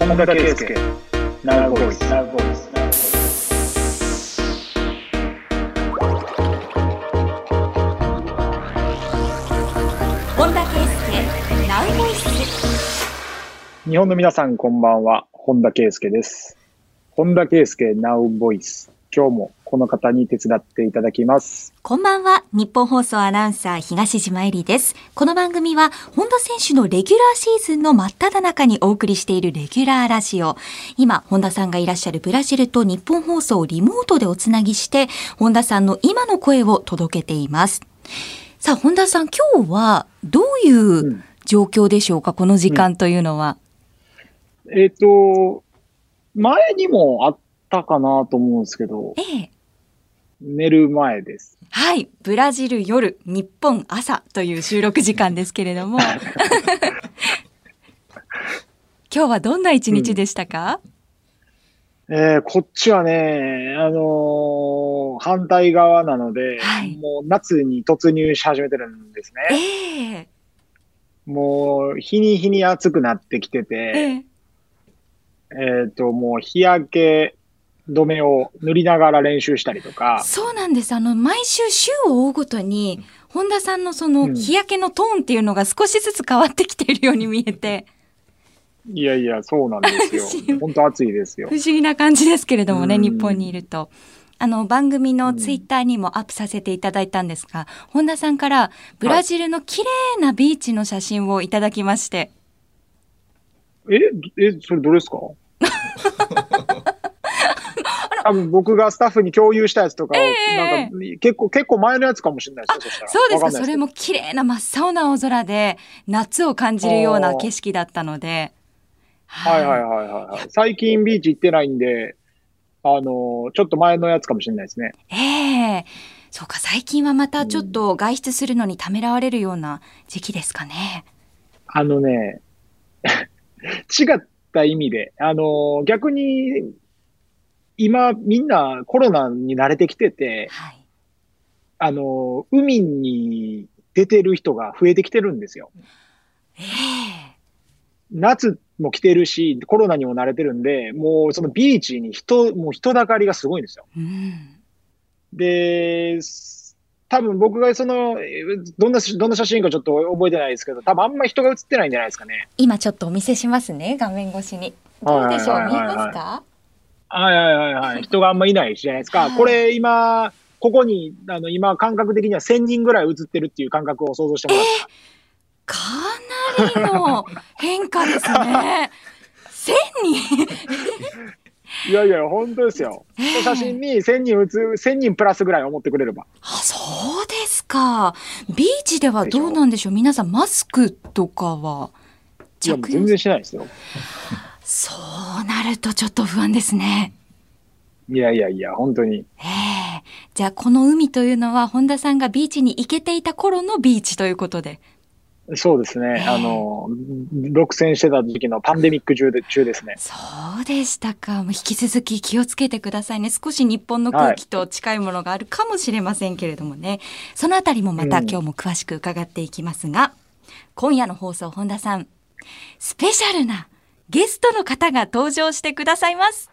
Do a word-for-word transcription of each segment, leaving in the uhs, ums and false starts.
本田圭佑 Now Voice。 本田圭佑 Now Voice。 日本の皆さんこんばんは、本田圭佑です。本田圭佑 Now Voice。今日もこの方に手伝っていただきます。 こんばんは、日本放送アナウンサー東島えりです。この番組は本田選手のレギュラーシーズンの真っ只中にお送りしているレギュラーラジオ。今本田さんがいらっしゃるブラジルと日本放送をリモートでおつなぎして、本田さんの今の声を届けています。さあ本田さん、今日はどういう状況でしょうか、うん、この時間というのは。 うん、えっと前にもあったかなと思うんですけど、 ええ、今寝る前です。 はい、ブラジル夜、日本朝という収録時間ですけれども今日はどんな一日でしたか？ うん、えー、こっちはね、あのー、反対側なので、はい、もう夏に突入し始めてるんですね。えー、もう日に日に暑くなってきてて、えー、えーともう日焼け止めを塗りながら練習したりとか。 そうなんです。あの毎週週を追うごとに本田さんのその日焼けのトーンっていうのが少しずつ変わってきているように見えて、 うん、いやいやそうなんですよ本当暑いですよ。 不思議な感じですけれどもね、日本にいると。あの番組のツイッターにもアップさせていただいたんですが、本田さんからブラジルの綺麗なビーチの写真をいただきまして、 はい、ええそれどれですか？多分僕がスタッフに共有したやつとかを、えー、なんか結構結構前のやつかもしれないですね。そしたらそうですか。それも綺麗な真っ青な青空で夏を感じるような景色だったので、 はいはいはいはい、はい、最近ビーチ行ってないんで、あのちょっと前のやつかもしれないですね。 ええー、そうか、最近はまたちょっと外出するのにためらわれるような時期ですかね。 あのね違った意味で、あの逆に今みんなコロナに慣れてきてて、はい、あの海に出てる人が増えてきてるんですよ。えー、夏も来てるしコロナにも慣れてるんで、もうそのビーチに人もう人だかりがすごいんですよ。うん、で多分僕がそのどんなどんな写真かちょっと覚えてないですけど、多分あんま人が写ってないんじゃないですかね。 今ちょっとお見せしますね、画面越しに。どうでしょう、見えますか？ はいはいはいはい。人があんまいないじゃないですか。はい、これ今、ここに、あの、今感覚的にはせんにんぐらい映ってるっていう感覚を想像してもらった。えー、かなりの変化ですね。せんにんいやいや、本当ですよ。えー、この写真にせんにん写つ、せんにんプラスぐらい思ってくれれば。 あ、そうですか。ビーチではどうなんでしょう。皆さんマスクとかは着用？いや、全然しないですよ。 そうなるとちょっと不安ですね。 いやいやいや、本当に。 えー、じゃあこの海というのは本田さんがビーチに行けていた頃のビーチということで。 そうですね。えー、あの独占してた時期のパンデミック中で中ですね。 そうでしたか。もう引き続き気をつけてくださいね。少し日本の空気と近いものがあるかもしれませんけれどもね、はい、そのあたりもまた今日も詳しく伺っていきますが、うん、今夜の放送、本田さんスペシャルなゲストの方が登場してくださいます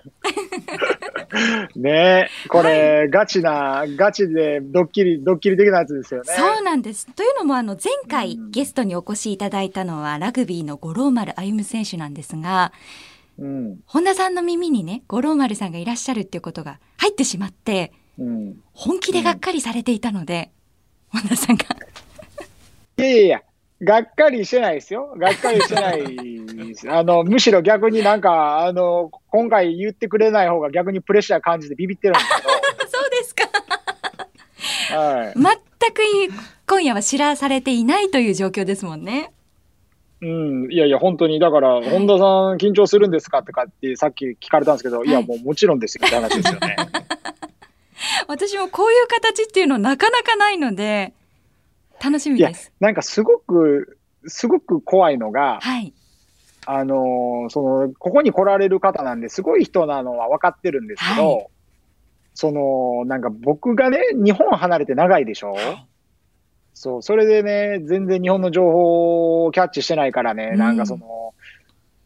ねえ、これ、はい、ガチなガチでドッキリドッキリ的なやつですよね。 そうなんです。というのもあの前回ゲストにお越しいただいたのはラグビーの五郎丸歩選手なんですが、うん、本田さんの耳にね、五郎丸さんがいらっしゃるっていうことが入ってしまって、うん、本気でがっかりされていたので、うん、本田さんがいやいやいや、がっかりしてないですよ。がっかりしてないですあのむしろ逆になんかあの今回言ってくれない方が逆にプレッシャー感じてビビってるんですけどそうですか、 はい、 全く今夜は知らされていないという状況ですもんね。 うん、いやいや本当にだから、はい、本田さん緊張するんですかとかってさっき聞かれたんですけど、はい、いやもうもちろんですよって話ですよね私もこういう形っていうのなかなかないので楽しみです。 いやなんかすごくすごく怖いのが、 はい、あのそのここに来られる方なんですごい人なのは分かってるんですけど、はい、そのなんか僕がね日本離れて長いでしょ、はい、そうそれでね全然日本の情報をキャッチしてないからね、うん、なんかその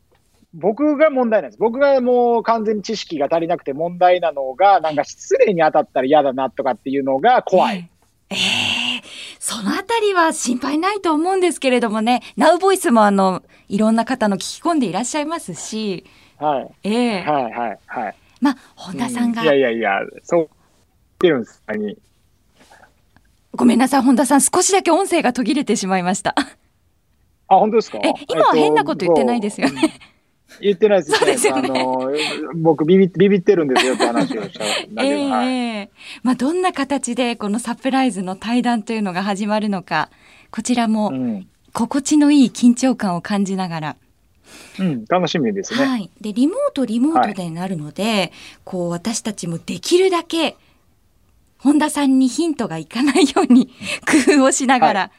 僕が問題なんです。僕がもう完全に知識が足りなくて問題なのが、なんか失礼に当たったら嫌だなとかっていうのが怖い。 えー、えー、そのあたりは心配ないと思うんですけれどもね、ナウボイスもあの、いろんな方の聞き込んでいらっしゃいますし、 はい。 ええー、 はいはいはい。 まあ、本田さんが、 うん、いやいやいや、そう言ってるんです。 ごめんなさい、本田さん、少しだけ音声が途切れてしまいました。 あ、本当ですか？ え、今は変なこと言ってないですよね。 言ってないです。 そうですよね。 あの、僕ビビ、ビビってるんですよって話をしただけど。えーはい、まあ、どんな形でこのサプライズの対談というのが始まるのか、こちらも心地のいい緊張感を感じながら、 うん、楽しみですね。 はい。で、リモートリモートでなるので、はい、こう私たちもできるだけ本田さんにヒントがいかないように工夫をしながら、はい、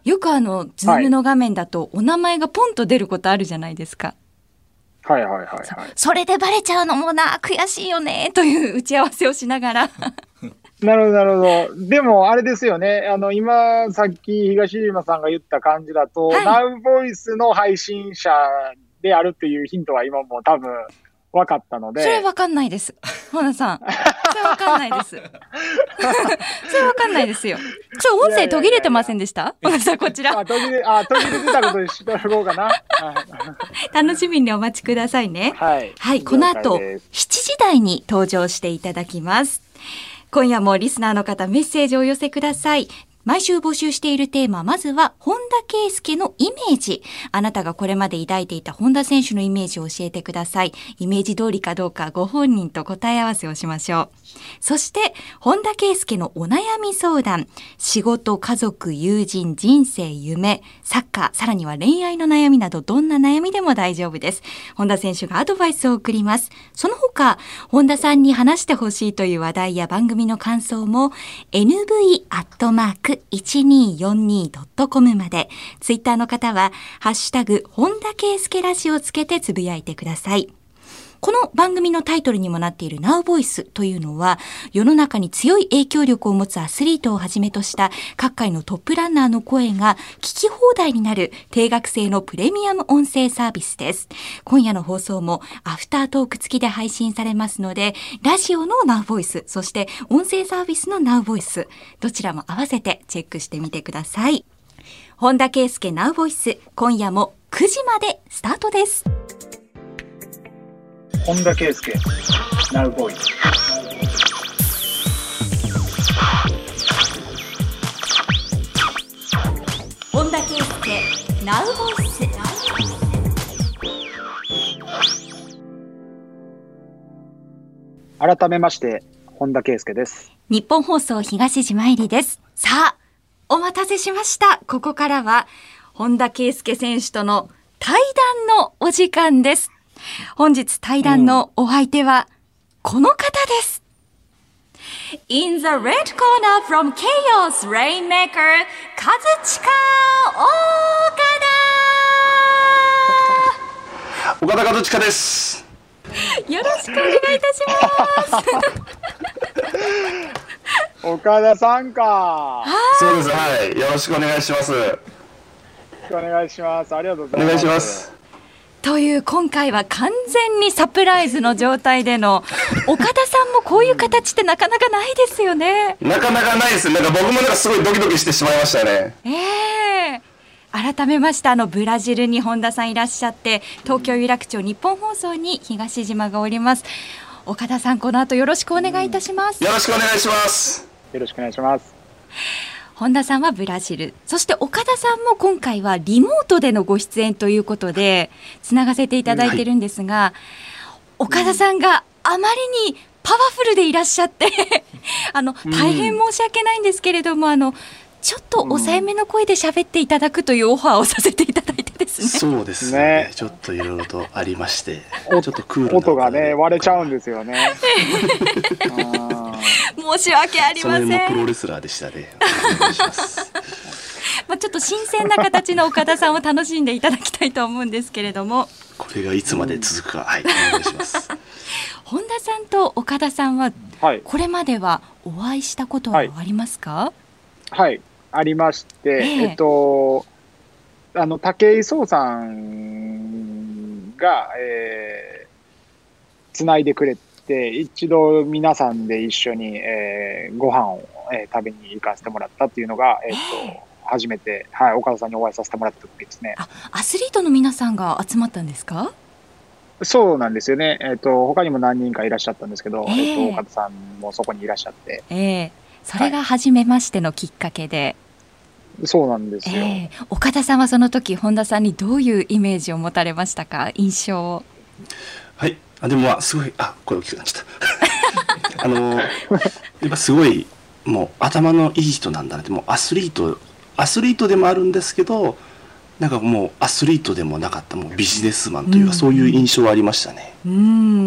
よくあのズームの画面だとお名前がポンと出ることあるじゃないですか。 はいはいはいはい。 そ, それでバレちゃうのもな、悔しいよねという打ち合わせをしながら。 なるほどなるほど。でもあれですよね。あの今さっき東島さんが言った感じだと、はい、ナウボイスの配信者であるっていうヒントは今も多分分かったので。 それ分かんないです。本田さん。それ分かんないです。それ分かんないですよ。ちょ、音声途切れてませんでした本田さん、こちら。 あ、途切れ、あ、途切れてたことにしとこうかな。 楽しみにお待ちくださいね。はい。はい、この後、しちじ台に登場していただきます。今夜もリスナーの方、メッセージをお寄せください。毎週募集しているテーマ、まずは本田圭佑のイメージ。あなたがこれまで抱いていた本田選手のイメージを教えてください。イメージ通りかどうかご本人と答え合わせをしましょう。そして本田圭佑のお悩み相談。仕事、家族、友人、人生、夢、サッカー、さらには恋愛の悩みなどどんな悩みでも大丈夫です。本田選手がアドバイスを送ります。その他、本田さんに話してほしいという話題や番組の感想も エヌブイ アットマークいちにーよんにー ドットコム まで、ツイッターの方はハッシュタグ本田圭佑ラジオをつけてつぶやいてください。この番組のタイトルにもなっている Now Voice というのは、世の中に強い影響力を持つアスリートをはじめとした各界のトップランナーの声が聞き放題になる定額制のプレミアム音声サービスです。今夜の放送もアフタートーク付きで配信されますので、ラジオの Now Voice、そして音声サービスの Now Voice、どちらも合わせてチェックしてみてください。本田圭佑 Now Voice、今夜もくじまでスタートです。 本田圭佑 Now Voice。 本田圭佑 Now Voice。 改めまして本田圭佑です。 日本放送東島えりです。さあ、お待たせしました。ここからは本田圭佑選手との対談のお時間です。本日対談のお相手はこの方です。うん、In the red corner from Chaos Rainmaker 和親岡田岡田和親です。 よろしくお願いいたします岡田さんか。 そうです、はい、よろしくお願いします。よろしくお願いします。ありがとうございます。お願いします。 という今回は完全にサプライズの状態での岡田さんもこういう形ってなかなかないですよね。 なかなかないです。なんか僕もなんかすごいドキドキしてしまいましたね。 ええー、改めましてあのブラジルに本田さんいらっしゃって、東京有楽町日本放送に東島がおります。岡田さん、この後よろしくお願いいたします。 よろしくお願いします。 よろしくお願いします。 本田さんはブラジル、そして岡田さんも今回はリモートでのご出演ということでつながせていただいてるんですが、はい、岡田さんがあまりにパワフルでいらっしゃってあの大変申し訳ないんですけれども、あのちょっと抑えめの声で喋っていただくというオファーをさせていただいてですね。 そうですね、ね、ちょっといろいろとありましてちょっとクールな音がね割れちゃうんですよね申し訳ありません。 それもプロレスラーでしたね。お願いしますまあちょっと新鮮な形の岡田さんを楽しんでいただきたいと思うんですけれども、 これがいつまで続くか、はい、お願いします本田さんと岡田さんはこれまではお会いしたことはありますか？ はい、はい、ありまして、えー、えっとあの武井壮さんが、えー、つないでくれて、一度皆さんで一緒に、えー、ご飯を、えー、食べに行かせてもらったっていうのが、えーと、初めて、はい、岡田さんにお会いさせてもらった時ですね。 あ、アスリートの皆さんが集まったんですか？ そうなんですよね。えっ、ー、と、他にも何人かいらっしゃったんですけど、えっ、 えー、 ー、と、岡田さんもそこにいらっしゃって。 えー、それが初めましてのきっかけで。 はい、そうなんですよ、 えー。岡田さんはその時、本田さんにどういうイメージを持たれましたか？印象を。 はい。あ、でも、まあ、すごい、あ、声大きくなっちゃった。あの、やっぱすごい、もう頭のいい人なんだなって、もうアスリート、アスリートでもあるんですけど、なんかもうアスリートでもなかったもうビジネスマンというか、うん、そういう印象はありましたね。 うん、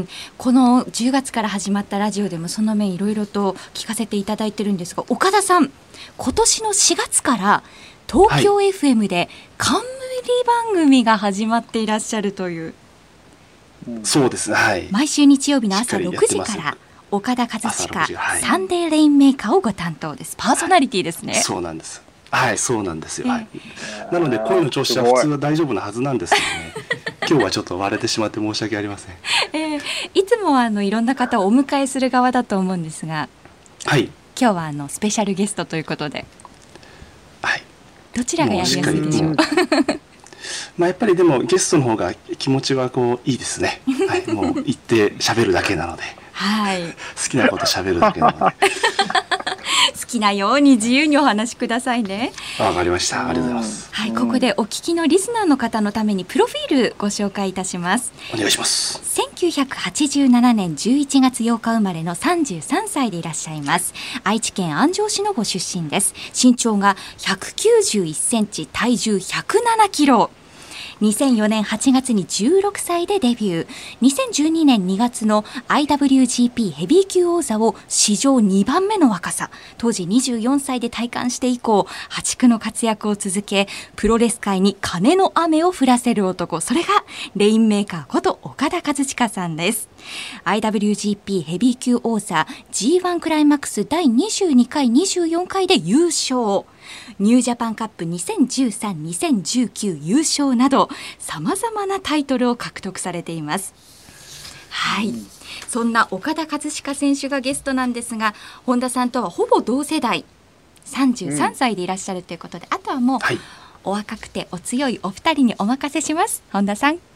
このじゅうがつから始まったラジオでもその面いろいろと聞かせていただいてるんですが、岡田さん、今年のしがつから東京 エフエム で冠番組が始まっていらっしゃるという、 うん、そうですね、はい、 毎週日曜日の朝ろくじから岡田和親、はい、サンデーレインメーカーをご担当です。パーソナリティですね。 そうなんです。はい、そうなんですよ。はい、なので声の調子は普通は大丈夫なはずなんですけどね。今日はちょっと割れてしまって申し訳ありません。 えー、いつもはあのいろんな方をお迎えする側だと思うんですが、 はい、 今日はあのスペシャルゲストということで、 はい、 どちらがやりやすいでしょう。 まあやっぱりでもゲストの方が気持ちはこういいですね。はい、もう行って喋るだけなので、 はい、 好きなこと喋るだけなので。 好きなように自由にお話しくださいね。 わかりました。ありがとうございます。 はい、ここでお聞きのリスナーの方のためにプロフィールご紹介いたします。 お願いします。 せんきゅうひゃくはちじゅうななねんじゅういちがつようか生まれのさんじゅうさんさいでいらっしゃいます。愛知県安城市のご出身です。身長がひゃくきゅうじゅういちセンチ、体重ひゃくななキロ。にせんよねんはちがつにじゅうろくさいでデビュー。にせんじゅうにねんにがつの アイダブリュージーピー ヘビー級王座を史上にばんめの若さ、当時にじゅうよんさいで戴冠して以降、破竹の活躍を続け、プロレス界に金の雨を降らせる男、それがレインメーカーこと岡田和親さんです。アイダブリュージーピー ヘビー級王座 ジーワン クライマックスだいにじゅうにかい、にじゅうよんかいで優勝。ニュージャパンカップにせんじゅうさん、にせんじゅうきゅう優勝などさまざまなタイトルを獲得されています。はい、うん、そんな岡田和親選手がゲストなんですが、本田さんとはほぼ同世代、さんじゅうさんさいでいらっしゃるということで、うん、あとはもう、はい、お若くてお強いお二人にお任せします。本田さん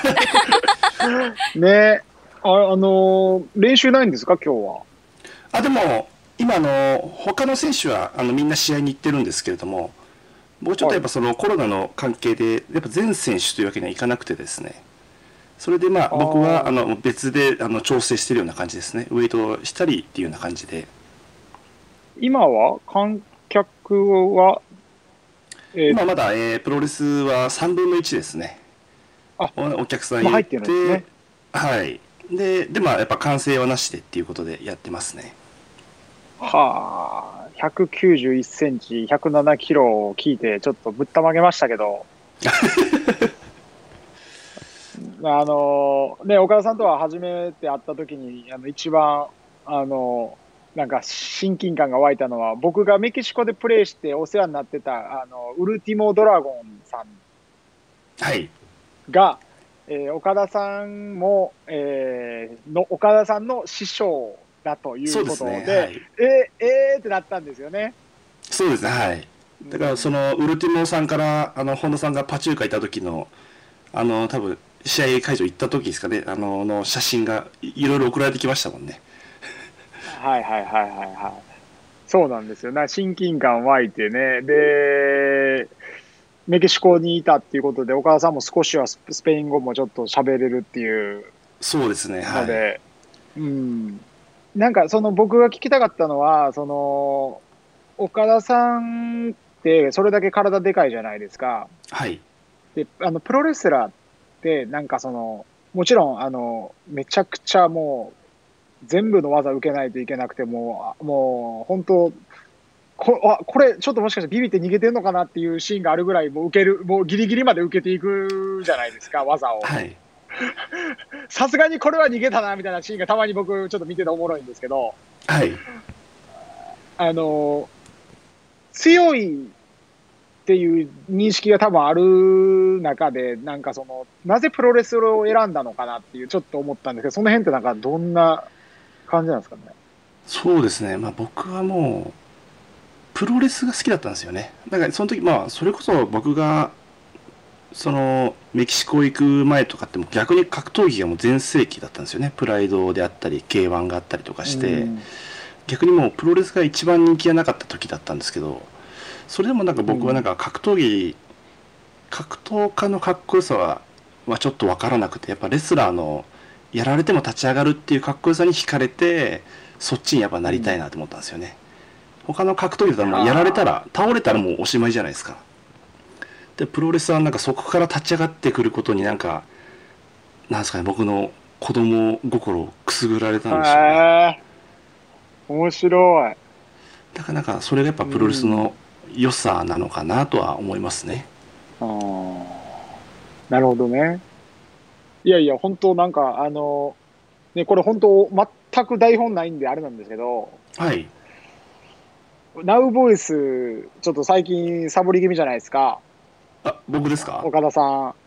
ね、あ、あのー、練習ないんですか今日は？ あ、でも今の他の選手はあのみんな試合に行ってるんですけれども、僕ちょっとやっぱそのコロナの関係でやっぱ全選手というわけにはいかなくてですね、それでまあ僕はあの別であの調整しているような感じですね。ウエイトをしたりっていうような感じで。 今は観客は、 えー、今まだ、えー、プロレスはさんぶんのいちですね。あ、お客さん入れて、まあ、入ってるんですね。はい。で、でまあやっぱ歓声はなしでっていうことでやってますね。 はあ、ひゃくきゅうじゅういちセンチ、ひゃくななキロを聞いてちょっとぶったまげましたけどあのね、岡田さんとは初めて会った時にあの一番あのなんか親近感が湧いたのは、僕がメキシコでプレーしてお世話になってたあのウルティモドラゴンさんが、はい、えー、岡田さんも、えー、の岡田さんの師匠だということで、で、ね、はい、えー、えーってなったんですよね。 そうですね、はい。だからそのウルティモさんからあの本田さんがパチューカいた時のあの多分試合会場行った時ですかね、あのの写真がいろいろ送られてきましたもんね。 はいはいはいはいはい。そうなんですよね。親近感湧いてね。で、メキシコにいたっていうことで、岡田さんも少しはスペイン語もちょっと喋れるっていう。 そうですね、はい。ので、 うん。なんかその僕が聞きたかったのは、その岡田さんってそれだけ体でかいじゃないですか。 はい。 で、あのプロレスラーってなんかそのもちろんあのめちゃくちゃもう全部の技受けないといけなくて、もうもう本当こあこれちょっともしかしてビビって逃げてるのかなっていうシーンがあるぐらい、もう受けるもうギリギリまで受けていくじゃないですか、技を。 はい。 さすがにこれは逃げたなみたいなシーンがたまに僕ちょっと見てておもろいんですけど、 はい、 あの強いっっていう認識が多分ある中で、なんかその、なぜプロレスを選んだのかなっていう、ちょっと思ったんですけど、その辺ってなんかどんな感じなんですかね。 そうですね。まあ僕はもう、プロレスが好きだったんですよね。だからその時、まあそれこそ僕が、その、メキシコ行く前とかっても逆に格闘技がもう全盛期だったんですよね。プライドであったり、ケーワン があったりとかして、逆にもうプロレスが一番人気がなかった時だったんですけど、それでもなんか僕はなんか格闘技、格闘家のかっこよさは、まあ、ちょっとわからなくて、やっぱレスラーのやられても立ち上がるっていうかっこよさに惹かれて、そっちにやっぱなりたいなと思ったんですよね。他の格闘技だったらもうやられたら倒れたらもうおしまいじゃないですか。でプロレスはなんかそこから立ち上がってくることになんかなんですかね、僕の子供心をくすぐられたんでしょうね。 面白い。 だからなんかそれがやっぱプロレスの良さなのかなとは思いますね。 ああ、なるほどね。いやいや、本当なんか、あの、ね、これ本当、全く台本ないんであれなんですけど、 はい。 ナウボイス、ちょっと最近サボり気味じゃないですか。 あ、僕ですか？ 岡田さん。はい。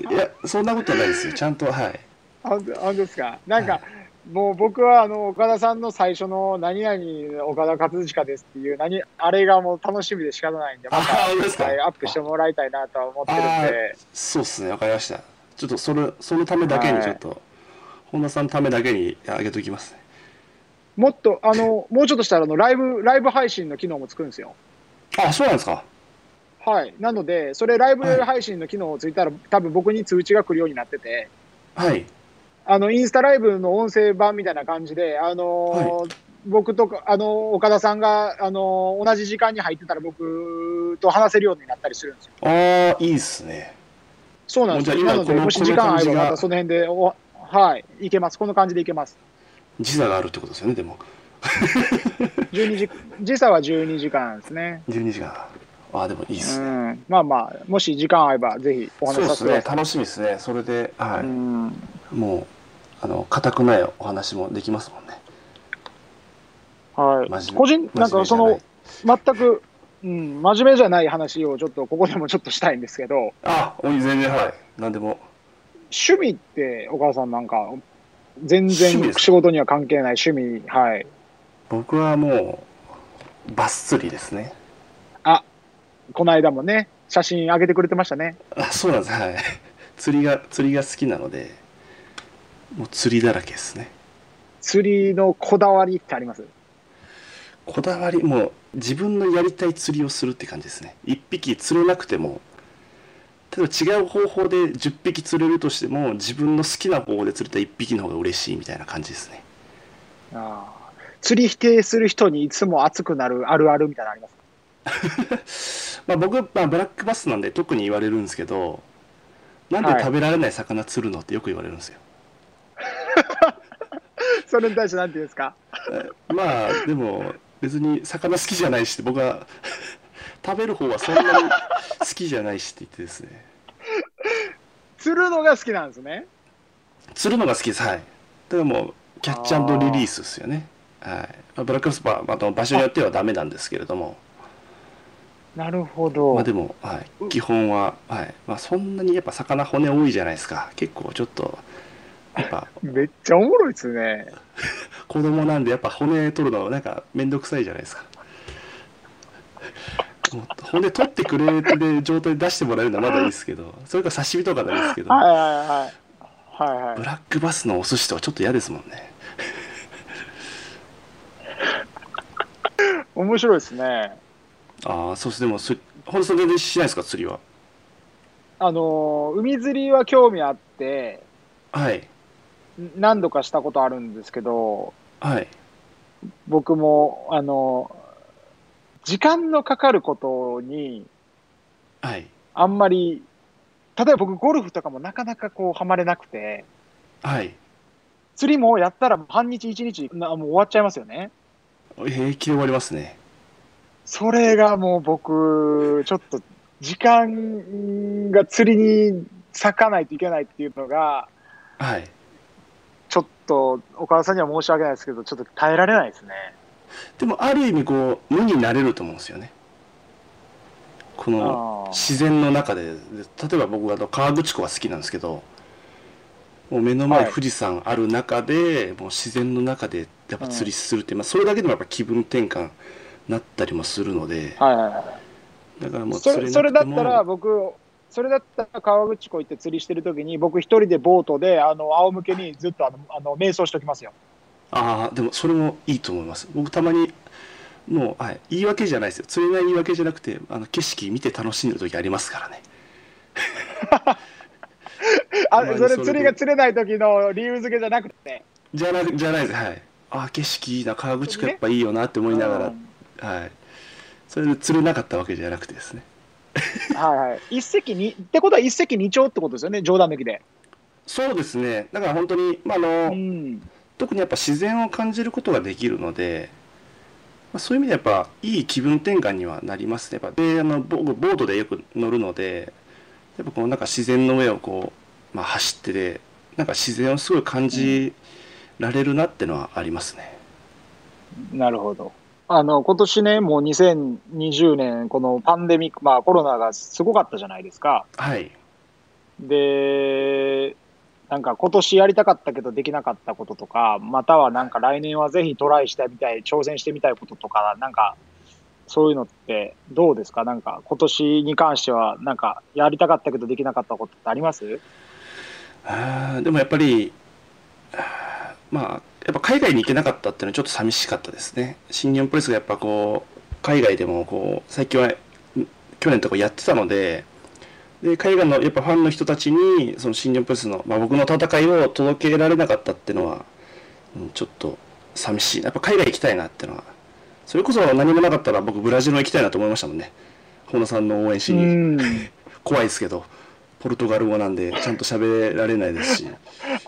いや、そんなことはないですよ。ちゃんと、はい。 本当、本当ですか。なんか、 はい、 もう僕はあの岡田さんの最初の何々岡田和親ですっていう何あれがもう楽しみで仕方ないんで、また一回アップしてもらいたいなとは思ってるんで。 そうですね、わかりました。ちょっとそれそのためだけにちょっと、はい、本田さんのためだけにあげときますね。 もっとあのもうちょっとしたらあのライブライブ配信の機能もつくんですよ。 あ、そうなんですか。 はい。なのでそれライブ配信の機能ついたら、はい、多分僕に通知が来るようになってて。 はい。 あのインスタライブの音声版みたいな感じで、あのーはい、僕とか、あのー、岡田さんが、あのー、同じ時間に入ってたら僕と話せるようになったりするんですよ。 ああ、いいっすね。 そうなんですよ。なので、もし時間あればまたその辺でお、はい、いけます。この感じでいけます。 時差があるってことですよね、でも。 じゅうにじ、時差はじゅうにじかんですね。 じゅうにじかん。ああ、でもいいっすね。うん、 まあまあ、もし時間あれば、ぜひお話しさせてください。 そうですね、楽しみですね。それで、はい。うん、もう、あの、固くないお話もできますもんね。 はい。個人、なんかその、全く、うん、真面目じゃない話をちょっと、ここでもちょっとしたいんですけど。 あ、全然、はい。何でも。 趣味って、お母さんなんか、全然仕事には関係ない趣味、はい。 僕はもう、バス釣りですね。 あ、この間もね、写真上げてくれてましたね。 あ、そうなんです。はい。釣りが、釣りが好きなので、もう釣りだらけですね。 釣りのこだわりってあります？ こだわり、もう自分のやりたい釣りをするって感じですね。一匹釣れなくても、例えば違う方法でじゅっぴき釣れるとしても、自分の好きな方法で釣れたいっぴきの方が嬉しいみたいな感じですね。 ああ、釣り否定する人にいつも熱くなるあるあるみたいなのありますか？ まあ僕、まあ、ブラックバスなんで特に言われるんですけど、なんで食べられない魚釣るのってよく言われるんですよ。 それに対して何て言うんですか？ まあでも別に魚好きじゃないしって、僕は食べる方はそんなに好きじゃないしって言ってですね。 釣るのが好きなんですね。 釣るのが好きです。はい。だからもうキャッチ&リリースですよね。はい。ブラックバスは、まあ、場所によってはダメなんですけれども。 なるほど。 まあでも、はい、基本は、はい。まあそんなにやっぱ魚骨多いじゃないですか。結構ちょっと、やっぱ。 めっちゃおもろいですね。 子供なんでやっぱ骨取るのなんかめんどくさいじゃないですか。もう骨取ってくれてる状態で出してもらえるのはまだいいですけど、それから刺身とかなんですけど。 はいはいはい。はいはい。 ブラックバスのお寿司とかちょっと嫌ですもんね。 面白いですね。 ああ、そうです。でも、本当さん全然しないですか、釣りは。 あの、海釣りは興味あって、 はい。 何度かしたことあるんですけど、 はい。 僕も、あの、時間のかかることに、 はい。 あんまり、例えば僕ゴルフとかもなかなかこうハマれなくて、 はい。 釣りもやったら半日一日なもう終わっちゃいますよね。 平気で終わりますね。 それがもう僕、ちょっと時間が釣りに割かないといけないっていうのが、 はい。 ちょっと岡田さんには申し訳ないですけど、ちょっと耐えられないですね。 でもある意味こう無になれると思うんですよね。この自然の中で、例えば僕は河口湖が好きなんですけど、もう目の前富士山ある中で、もう自然の中でやっぱ釣りするって、まあそれだけでもやっぱ気分転換になったりもするので、 はいはいはい、だからもうそれそれだったら僕それだったら河口湖行って釣りしてる時に僕一人でボートであの仰向けにずっとあのあの瞑想しておきますよ。 ああ、でもそれもいいと思います。僕たまにもう、はい、言い訳じゃないですよ。釣れない言い訳じゃなくて、あの景色見て楽しんでる時ありますからね。 あ、それ釣りが釣れない時の理由付けじゃなくて。 じゃなじゃないです。はい。あ、景色いいな、河口湖やっぱいいよなって思いながら、ね、はい。それで釣れなかったわけじゃなくてですね。 はいはい。一石にってことは一石二鳥ってことですよね。冗談抜きで。 そうですね。だから本当にまああの、うん、特にやっぱ自然を感じることができるので。そういう意味でやっぱいい気分転換にはなりますね。やっぱであのボートでよく乗るので、やっぱこうなんか自然の上をこう、まあ、走ってでなんか自然をすごい感じられるなってのはありますね。 うん、なるほど。あの今年ね、もうにせんにじゅうねんこのパンデミック、まあコロナがすごかったじゃないですか。 はい。 で。なんか今年やりたかったけどできなかったこととか、またはなんか来年はぜひトライしてみたい、挑戦してみたいこととか、なんかそういうのってどうですか？なんか今年に関してはなんかやりたかったけどできなかったことってあります？ あでもやっぱりまあやっぱ海外に行けなかったっていうのはちょっと寂しかったですね。新日本プロレスがやっぱこう海外でもこう最近は去年とかやってたので。で海外のやっぱファンの人たちにその新日本プロレスの、まあ、僕の戦いを届けられなかったっていうのは、うん、ちょっと寂しい。やっぱ海外行きたいなっていうのは、それこそ何もなかったら僕ブラジルも行きたいなと思いましたもんね。本田さんの応援しに。怖いですけどポルトガル語なんでちゃんと喋られないですし。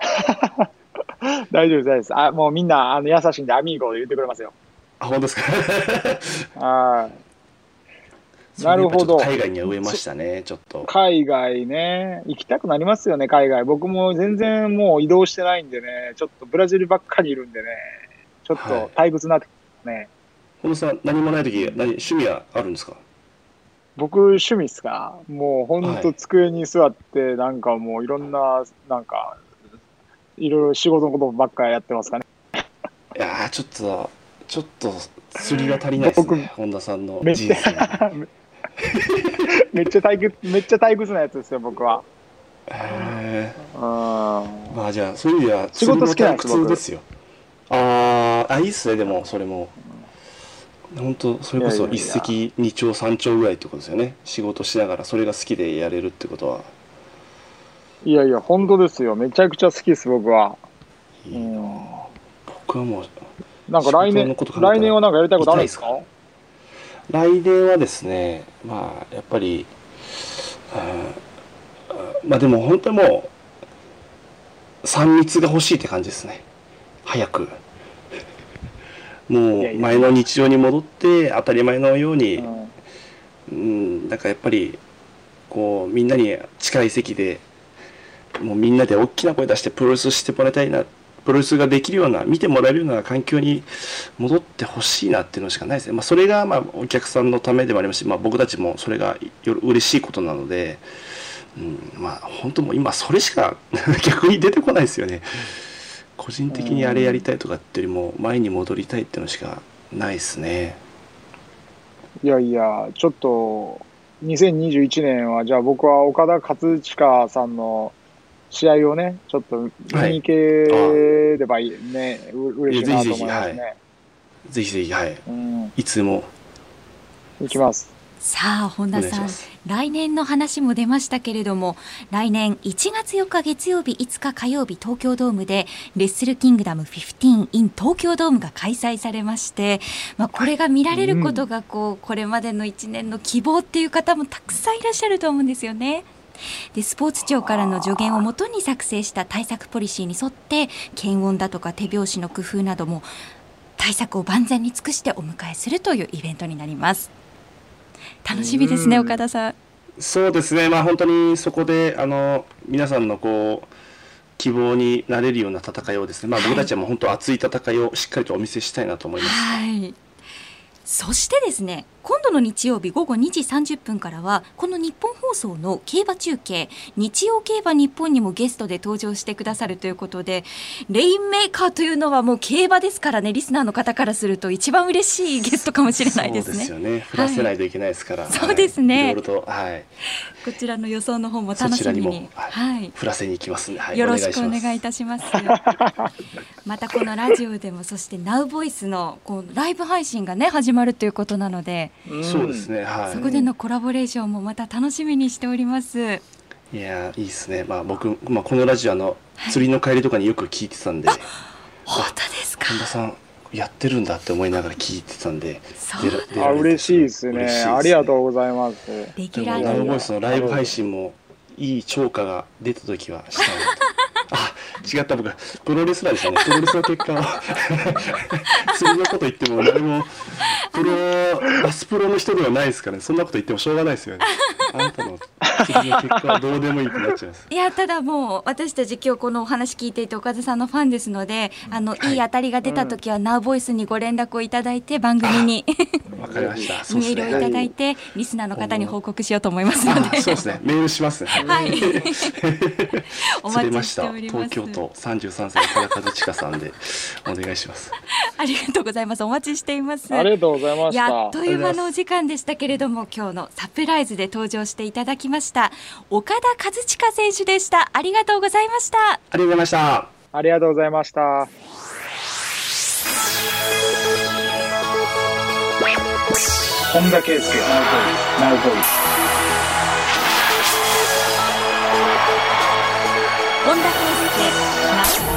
大丈夫です大丈夫です。あ、もうみんなあの優しいんでアミーゴで言ってくれますよ。 あ、本当ですか。 はい。なるほど。 海外には植えましたね、ちょっと。 海外ね、行きたくなりますよね、海外。僕も全然もう移動してないんでね、ちょっとブラジルばっかりいるんでね、ちょっと退屈になってきますね。 本田さん、何もないとき、何、趣味はあるんですか？ 僕、趣味っすか？もう本当机に座って、なんかもういろんな、なんか、いろいろ仕事のことばっかりやってますかね。 いやー、ちょっと、ちょっと釣りが足りないですね、本田さんの人生。 めっちゃ退屈、めっちゃ退屈なやつですよ、僕は。 へえ。まあじゃあそういう意味では仕事好きなんです、ですよ。ああ、いいっすね。でもそれも本当それこそ一石二鳥三鳥ぐらいってことですよね。仕事しながらそれが好きでやれるってことは。 いやいや本当ですよ。めちゃくちゃ好きです僕は。 いいな。僕はもうなんか来年来年はなんかやりたいことあるんですか？ 来年はですね、まあやっぱり、うん、まあでも本当にもうさん密が欲しいって感じですね。早くもう前の日常に戻って当たり前のように、うん、なんかやっぱりこうみんなに近い席でもうみんなで大きな声出してプロレスしてもらいたいな、プロレスができるような見てもらえるような環境に戻ってほしいなっていうのしかないですね。まあ、それがまあお客さんのためでもありますし、まあ、僕たちもそれが嬉しいことなので、うん、まあ本当もう今それしか逆に出てこないですよね。個人的にあれやりたいとかっていうよりも前に戻りたいっていうのしかないですね。 いやいやちょっとにせんにじゅういちねんはじゃあ僕は岡田克親さんの試合をねちょっと見に行ければいいね、はい、う嬉しいなと思いますね。 ぜひぜひ、はい、うん、いつも行きます。 さあ本田さん、来年の話も出ましたけれども、来年いちがつよっか月曜日、いつか火曜日、東京ドームでレッスルキングダムじゅうご in 東京ドームが開催されまして、まあ、これが見られることがこうこれまでのいちねんの希望っていう方もたくさんいらっしゃると思うんですよね。でスポーツ庁からの助言をもとに作成した対策ポリシーに沿って検温だとか手拍子の工夫なども対策を万全に尽くしてお迎えするというイベントになります。楽しみですね、岡田さん。 そうですね、まあ本当にそこであの皆さんのこ希望になれるような戦いをですね、まあ、僕たちはもう本当熱い戦いをしっかりとお見せしたいなと思います。 はい、そしてですね、今度の日曜日ごごにじさんじゅっぷんからはこの日本放送の競馬中継、日曜競馬日本にもゲストで登場してくださるということで、レインメーカーというのはもう競馬ですからね、リスナーの方からすると一番嬉しいゲストかもしれないですね。 そうですよね、振らせないといけないですから、はい、 そうですね、 いろいろと、はい、 こちらの予想の方も楽しみに、 にも、はいはい、振らせに行きますので、はい、 よろしくお願いいたします。またこのラジオでも、そして ナウボイス のこうライブ配信がね始まるということなので、 そうですね、はい、 そこでのコラボレーションもまた楽しみにしております。 いやいいですね、まあ、僕、まあ、このラジオの釣りの帰りとかによく聞いてたんで、はい、 本当ですか。 本田さんやってるんだって思いながら聞いてたんで、 あ、嬉しいですね、ありがとうございます。 レギュラーナウボイスのライブ配信もいい超過が出た時はしたいなとあ、違った、僕プロレスラーでしたね。プロレスの結果を釣りのこと言っても誰もプロアスプロの人ではないですからね。そんなこと言ってもしょうがないですよね。あなたの釣りの結果はどうでもいいってなっちゃいます。 いや、ただもう私たち今日このお話聞いていて岡田さんのファンですので、あの、はい、いい当たりが出た時はナウボイスにご連絡をいただいて番組にわかりました。 メールをいただいてリスナーの方に報告しようと思いますので、 そうですね、メールしますね。 はい、お待ちしております。 東京都さんじゅうさんさい岡田和親さんでお願いします。 ありがとうございます。お待ちしています。 ありがとうございました。 やっという間のお時間でしたけれども、今日のサプライズで登場していただきました岡田和親選手でした。ありがとうございました。 ありがとうございました。 ありがとうございました。本田圭佑、ナウボイス。 本田圭佑、ナウボイス。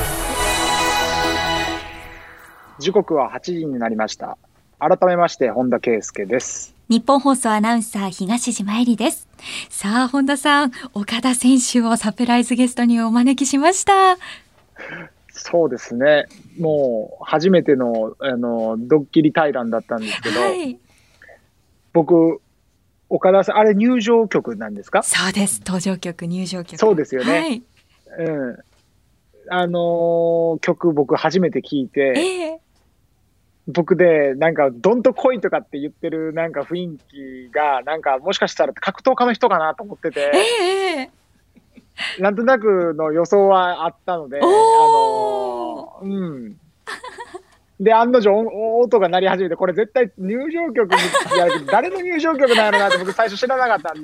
時刻ははちじになりました。改めまして本田圭佑です。 日本放送アナウンサー東島えりです。さあ本田さん、岡田選手をサプライズゲストにお招きしました。 そうですね、もう初めてのあのドッキリ対談だったんですけど、はい、僕岡田さん、あれ入場曲なんですか？ そうです、登場曲、入場曲。 そうですよね、 はい、 うん、あのー、曲僕初めて聞いて、えー僕でなんかどんと来いとかって言ってるなんか雰囲気がなんかもしかしたら格闘家の人かなと思ってて、えー、なんとなくの予想はあったので、あのー、うんで案の定音が鳴り始めて、これ絶対入場曲じゃなくて誰の入場曲なんやろなって僕最初知らなかったんで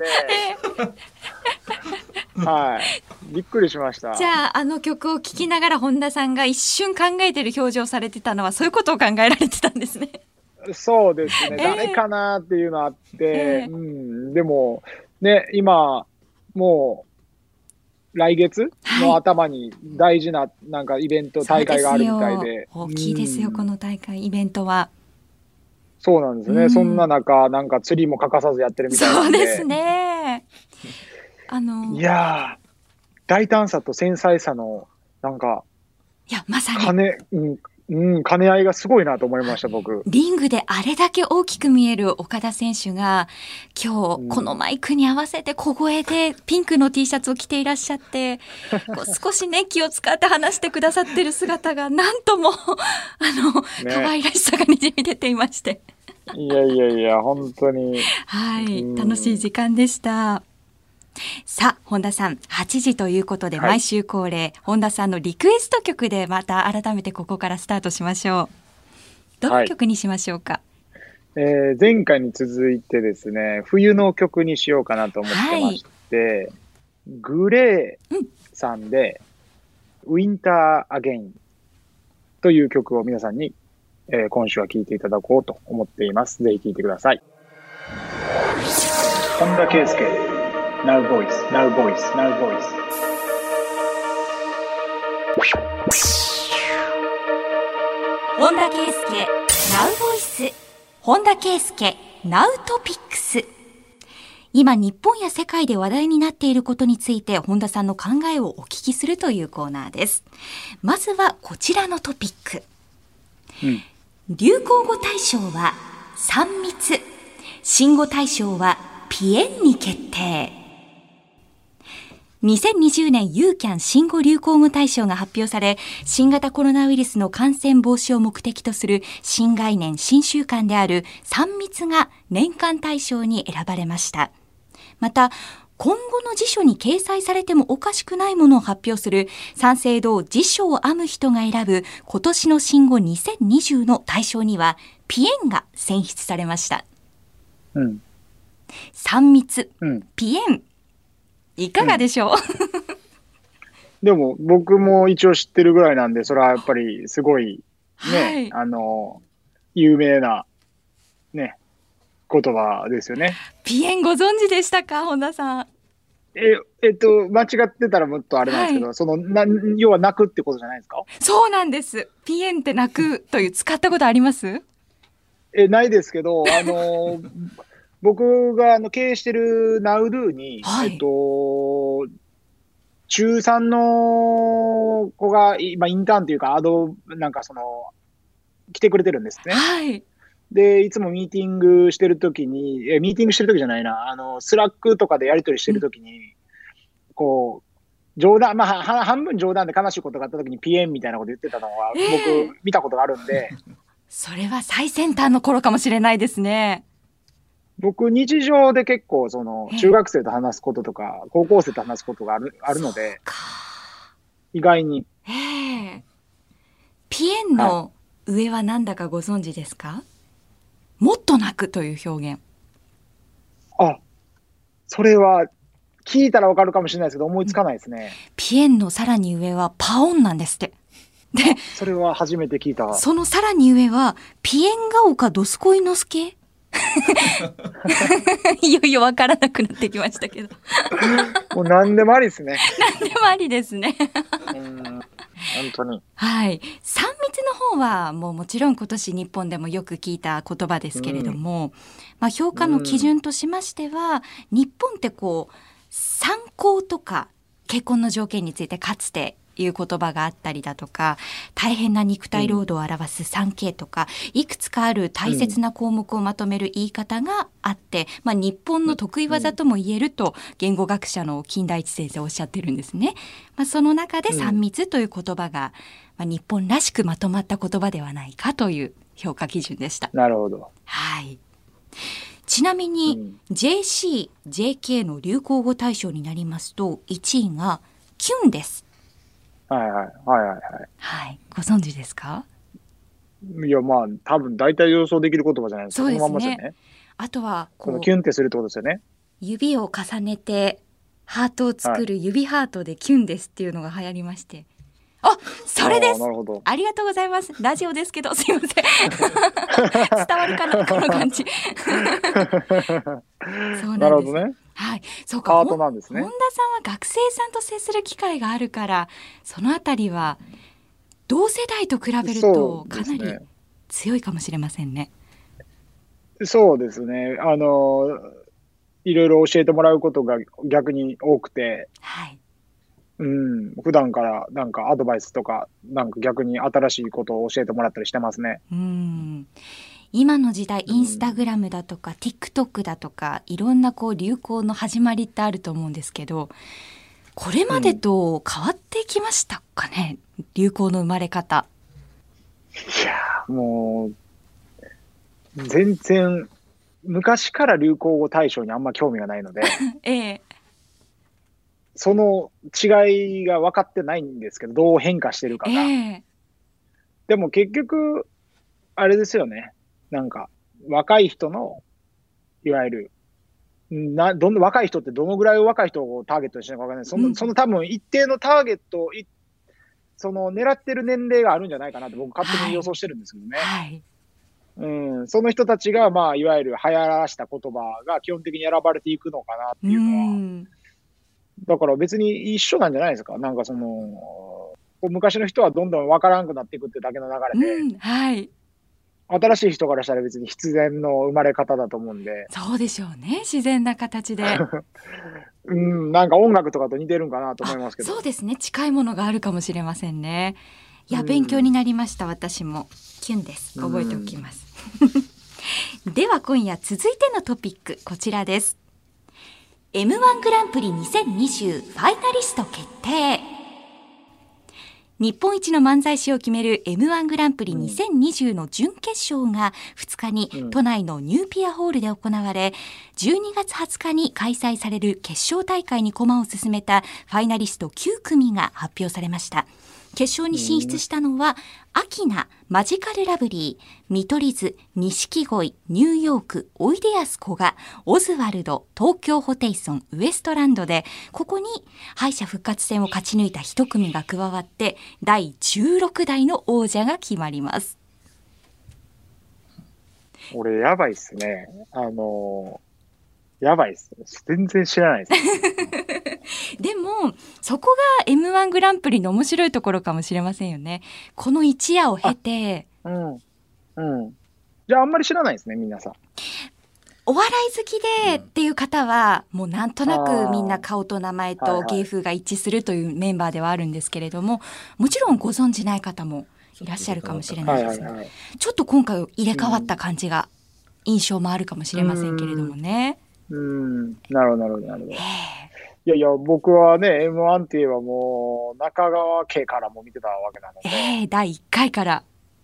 はい、びっくりしました。 じゃああの曲を聴きながら本田さんが一瞬考えてる表情されてたのはそういうことを考えられてたんですね。 そうですね、えー、誰かなっていうのあって、えーうん、でもね、今もう来月の頭に大事ななんかイベント、はい、大会があるみたいで、 大きいですよ、うん、この大会イベントは。 そうなんですね、うん、そんな中なんか釣りも欠かさずやってるみたいなので。そうですね、あのいや大胆さと繊細さのなんかいやまさに金、うんうん、兼ね合いがすごいなと思いました。僕リングであれだけ大きく見える岡田選手が今日このマイクに合わせて小声でピンクの T シャツを着ていらっしゃってこう少しね気を使って話してくださってる姿がなんともあの、ね、可愛らしさがにじみ出ていまして、 いやいやいや本当にはい、楽しい時間でした。さあ本田さん、はちじということで毎週恒例、はい、本田さんのリクエスト曲でまた改めてここからスタートしましょう。どの曲にしましょうか？ はい、えー、前回に続いてですね、冬の曲にしようかなと思ってまして、はい、グレーさんで、うん、ウィンターアゲインという曲を皆さんに、えー、今週は聴いていただこうと思っています。ぜひ聴いてください。本田圭佑Now voice, now voice, now voice. 本田圭佑 Now voice、 本田圭佑 Now topics。 今日本や世界で話題になっていることについて本田さんの考えをお聞きするというコーナーです。まずはこちらのトピック、うん、流行語大賞はさん密、新語大賞はピエンに決定。 にせんにじゅうねんユーキャン新語・流行語大賞が発表され、新型コロナウイルスの感染防止を目的とする新概念新習慣であるさん密が年間大賞に選ばれました。また今後の辞書に掲載されてもおかしくないものを発表する三省堂辞書を編む人が選ぶ今年の新語にせんにじゅうの大賞にはピエンが選出されました。 うん、 三密、 うん、 ピエンいかがでしょう、うん、 でも僕も一応知ってるぐらいなんで、それはやっぱりすごいね、はい、あの有名なね言葉ですよね。 ピエンご存知でしたか、本田さん。 ええっと間違ってたらもっとあれなんですけど、はい、そのな要は泣くってことじゃないですか。 そうなんです。ピエンって泣くという使ったことあります？ えないですけど、あの僕があの経営してるナウドゥに、はい、えっと中さんの子が今インターンというかアドなんかその来てくれてるんですね。 はい。 で、いつもミーティングしてるときに、え、ミーティングしてるときじゃないな、あの、スラックとかでやり取りしてるときに、うん、こう、冗談、まあ、は半分冗談で悲しいことがあったときにピエンみたいなこと言ってたのは、えー、僕見たことがあるんで。 それは最先端の頃かもしれないですね。 僕、日常で結構、その、中学生と話すこととか、高校生と話すことがある、あるので、意外に。 えー、ピエンの上は何だかご存知ですか？はい、もっと泣くという表現。 あ、それは聞いたらわかるかもしれないですけど思いつかないですね。 ピエンのさらに上はパオンなんですって。で、 それは初めて聞いた。 そのさらに上はピエンが丘どすこいのすけ。いよいよわからなくなってきましたけど。 もう何でもありですね。 何でもありですね。 うん本当に。 はい。さん密の方はもうもちろん今年日本でもよく聞いた言葉ですけれども、うん、まあ、評価の基準としましては、うん、日本ってこう参考とか結婚の条件についてかつていう言葉があったりだとか、大変な肉体労働を表す スリーケー とか、いくつかある大切な項目をまとめる言い方があって、まあ、日本の得意技とも言えると言語学者の金田一先生おっしゃってるんですね。まあ、その中でさん密という言葉が、まあ、日本らしくまとまった言葉ではないかという評価基準でした。 なるほど。 はい。ちなみに ジェーシー、ジェーケー の流行語大賞になりますといちいがキュンです。 はいはいはいはいはい。 はい、ご存知ですか？ いやまあ多分大体予想できる言葉じゃないですか。 そうですね。 そのままですよね。 あとはこうこのキュンってするってことですよね。 指を重ねてハートを作る指ハートでキュンですっていうのが流行りまして。はい、あ、それです。 あ, なるほど。 ありがとうございます。ラジオですけどすいません。伝わるかなこの感じ。そうなんです。 なるほどね。 はい、そうか。 ハートなんですね。 本田さんは学生さんと接する機会があるから、そのあたりは同世代と比べるとかなり強いかもしれませんね。 そうですね。あのいろいろ教えてもらうことが逆に多くて、 はい、 うん、普段からなんかアドバイスとかなんか逆に新しいことを教えてもらったりしてますね。 うん、今の時代インスタグラムだとか、うん、TikTok だとかいろんなこう流行の始まりってあると思うんですけど、これまでと変わってきましたかね、うん、流行の生まれ方。 いやもう全然昔から流行語大賞にあんま興味がないので、 ええ、 その違いが分かってないんですけど、どう変化してるかが、ええ、でも結局あれですよね、なんか若い人のいわゆるなどんどん若い人ってどのぐらい若い人をターゲットにしてるのか分からない。その、うん、その多分一定のターゲット、その狙ってる年齢があるんじゃないかなと僕勝手に予想してるんですけどね。はいはい、うん、その人たちがまあいわゆる流行らした言葉が基本的に選ばれていくのかなっていうのは、うん、だから別に一緒なんじゃないですか。なんかその昔の人はどんどん分からんくなっていくってだけの流れで。うん、はい、新しい人からしたら別に必然の生まれ方だと思うんで。 そうでしょうね、自然な形で。 うん、なんか音楽とかと似てるんかなと思いますけど。 そうですね、近いものがあるかもしれませんね。いや、勉強になりました。私もキュンです。覚えておきます。では今夜続いてのトピックこちらです。 エムワン グランプリにせんにじゅうファイナリスト決定。日本一の漫才師を決める エムワン グランプリにせんにじゅうの準決勝がふつかに都内のニューピアホールで行われ、じゅうにがつはつかに開催される決勝大会に駒を進めたファイナリストきゅうくみが発表されました。決勝に進出したのは、アキナ、マジカルラブリー、見取り図、錦鯉、ニューヨーク、おいでやすこが、オズワルド、東京ホテイソン、ウエストランドで、ここに敗者復活戦を勝ち抜いた一組が加わって、だいじゅうろくだいの王者が決まります。 俺、やばいっすね。あのーやばいっす。全然知らないです。 でもそこが エムワン グランプリの面白いところかもしれませんよね。この一夜を経て、 うんうん、じゃああんまり知らないですね、皆さん。 お笑い好きでっていう方は、もうなんとなくみんな顔と名前と芸風が一致するというメンバーではあるんですけれども、もちろんご存じない方もいらっしゃるかもしれないですね、はいはいはい、ちょっと今回入れ替わった感じが、印象もあるかもしれませんけれどもね。 うん、なるほどなるほどなるほど。いやいや、僕はね エムワン って言えばもう中川家からも見てたわけなので、 えー、だいいっかいから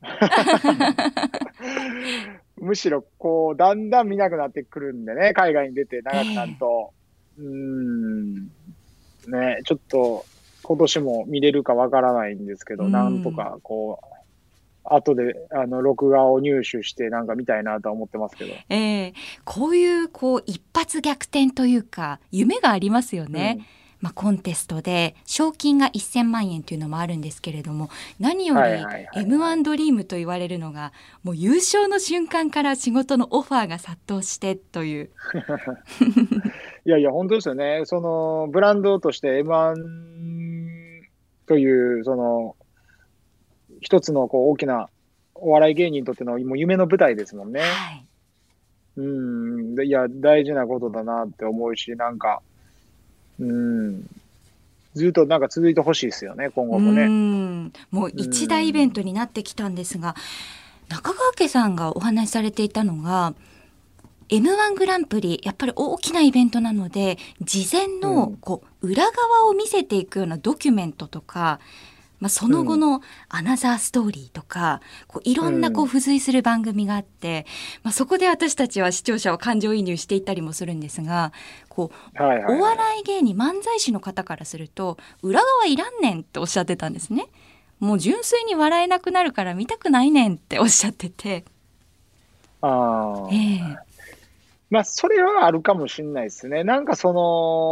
むしろこうだんだん見なくなってくるんでね、海外に出て長くなると、えー、うーんね、ちょっと今年も見れるかわからないんですけど、なんとかこう後であの録画を入手してなんか見たいなとは思ってますけど、 えー、こういうこう一発逆転というか夢がありますよね、うんまあ、コンテストで賞金がせんまんえんというのもあるんですけれども、何より エムワン ドリームと言われるのが、もう優勝の瞬間から仕事のオファーが殺到してといういやいや本当ですよね。そのブランドとして エムワン というその一つのこう大きなお笑い芸人にとってのもう夢の舞台ですもんね。はい、うんいや大事なことだなって思うし、なんかうんずっとなんか続いてほしいですよね、今後もね。 うんもう一大イベントになってきたんですが、中川家さんがお話しされていたのが エムワン グランプリ、やっぱり大きなイベントなので事前のこう裏側を見せていくようなドキュメントとか、まあ、その後のアナザーストーリーとか、こういろんなこう付随する番組があって、まあ、そこで私たちは視聴者を感情移入していったりもするんですが、こう、はいはいはい、お笑い芸人漫才師の方からすると裏側いらんねんっておっしゃってたんですね。もう純粋に笑えなくなるから見たくないねんっておっしゃってて、 あ、えー、まあそれはあるかもしれないですね。なんかその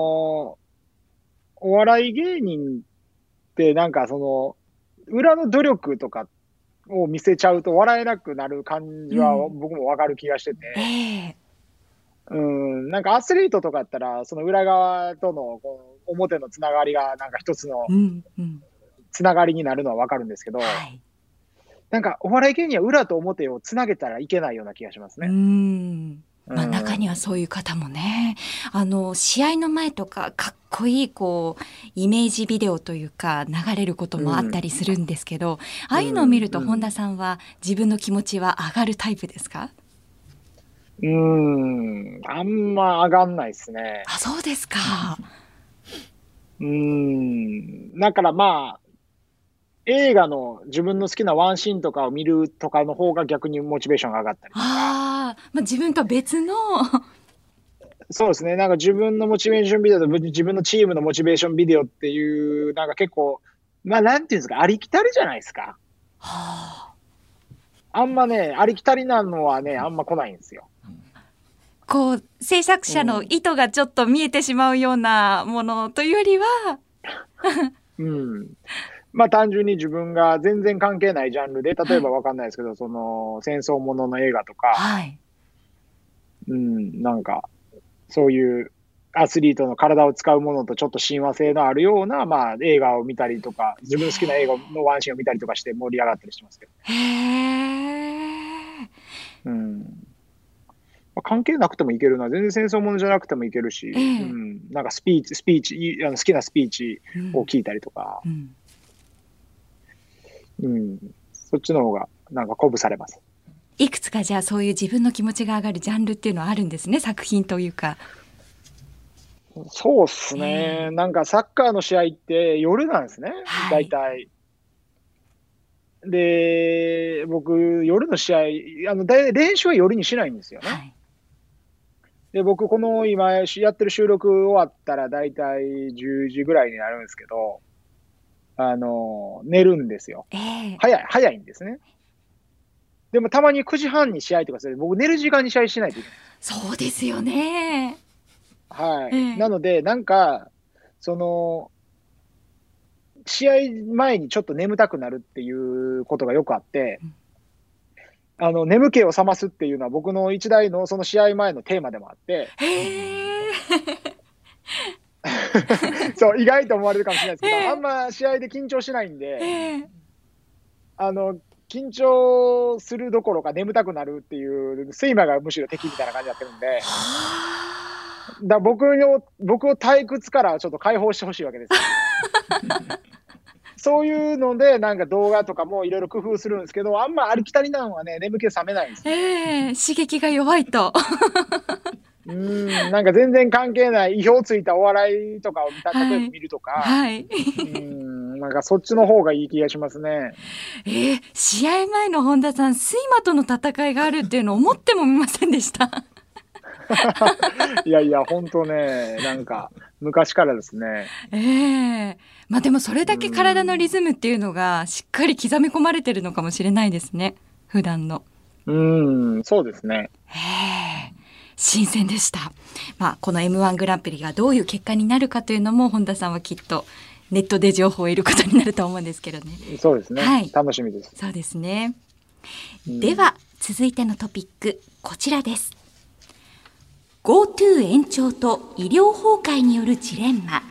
お笑い芸人でなんかその裏の努力とかを見せちゃうと笑えなくなる感じは僕もわかる気がしてて、うんえー、うんなんかアスリートとかだったらその裏側とのこの表のつながりがなんか一つのつながりになるのはわかるんですけど、うんうんはい、なんかお笑い芸人は裏と表をつなげたらいけないような気がしますね。 うんまあ、中にはそういう方もね、あの試合の前とかかっこいいこうイメージビデオというか流れることもあったりするんですけど、うん、ああいうのを見ると本田さんは自分の気持ちは上がるタイプですか？ うーんあんま上がんないですね。 あ、そうですか。 うーんだからまあ映画の自分の好きなワンシーンとかを見るとかの方が逆にモチベーションが上がったりとか。 あ、まあ、自分とは別のそうですね。なんか自分のモチベーションビデオと自分のチームのモチベーションビデオっていうなんか結構まあなんていうんですか、ありきたりじゃないですか。はあ、あんまねありきたりなのはねあんま来ないんですよ。 こう制作者の意図がちょっと見えてしまうようなものというよりは、 うん、まあ単純に自分が全然関係ないジャンルで、例えばわかんないですけど、はい、その戦争ものの映画とか、はい、うん、なんかそういうアスリートの体を使うものとちょっと親和性のあるような、まあ、映画を見たりとか、自分の好きな映画のワンシーンを見たりとかして盛り上がったりしてますけど。へー。うんまあ、関係なくてもいけるな、全然戦争ものじゃなくてもいけるし、えーうん、なんかスピーチ、スピーチ、あの好きなスピーチを聞いたりとか、うんうんうん、そっちの方がなんか鼓舞されます。 いくつかじゃあそういう自分の気持ちが上がるジャンルっていうのはあるんですね、作品というか。 そうっすね、 えー、 なんかサッカーの試合って夜なんですね、 はい。 大体。で、僕、夜の試合、あの、だい練習は夜にしないんですよね。 はい。 で、僕、この今やってる収録終わったら大体じゅうじぐらいになるんですけど、あの、寝るんですよ。 ええ、 早い、早いんですね。でもたまにくじはんに試合とかする。僕寝る時間に試合しないといけないんですよ。 そうですよね。 はい。なええ、 ので、なんか、その、試合前にちょっと眠たくなるっていうことがよくあって、あの、眠気を覚ますっていうのは僕の一大のその試合前のテーマでもあって、 へえ。 そう、意外と思われるかもしれないですけど、あんえま試合で緊張しないんえ、 で、 ええ。 あの、緊張するどころか眠たくなるっていう、睡魔がむしろ敵みたいな感じになってるんで、 はあ。 だ僕の、僕を退屈からちょっと解放してほしいわけですよ。そういうので、なんか動画とかもいろいろ工夫するんですけど、あんまありきたりなのはね、眠気覚めないんですね。 ええ、刺激が弱いと。 うーん、なんか全然関係ない意表ついたお笑いとかを見た、例えはい。 ば見るとか、 はい。 うーん、なんかそっちの方がいい気がしますね。 ええ、試合前の本田さん、睡魔との戦いがあるっていうのを思ってもみませんでした。 いやいや、ほんとね、なんか昔からですね。 ええ。まあでもそれうーだけ体のリん、 ズムっていうのがしっかり刻み込まれてるのかもしれないですね。普段の。 うーん、そうですね。 ええ、新鮮でした。まあこの エムワン グランプリがどういう結果になるかというのも本田さんはきっとネットで情報を得ることになると思うんですけどね。 そうですね。 はい。 楽しみです。 そうですね。 うん、 では続いてのトピック、こちらです。GoTo 延長と医療崩壊によるジレンマ。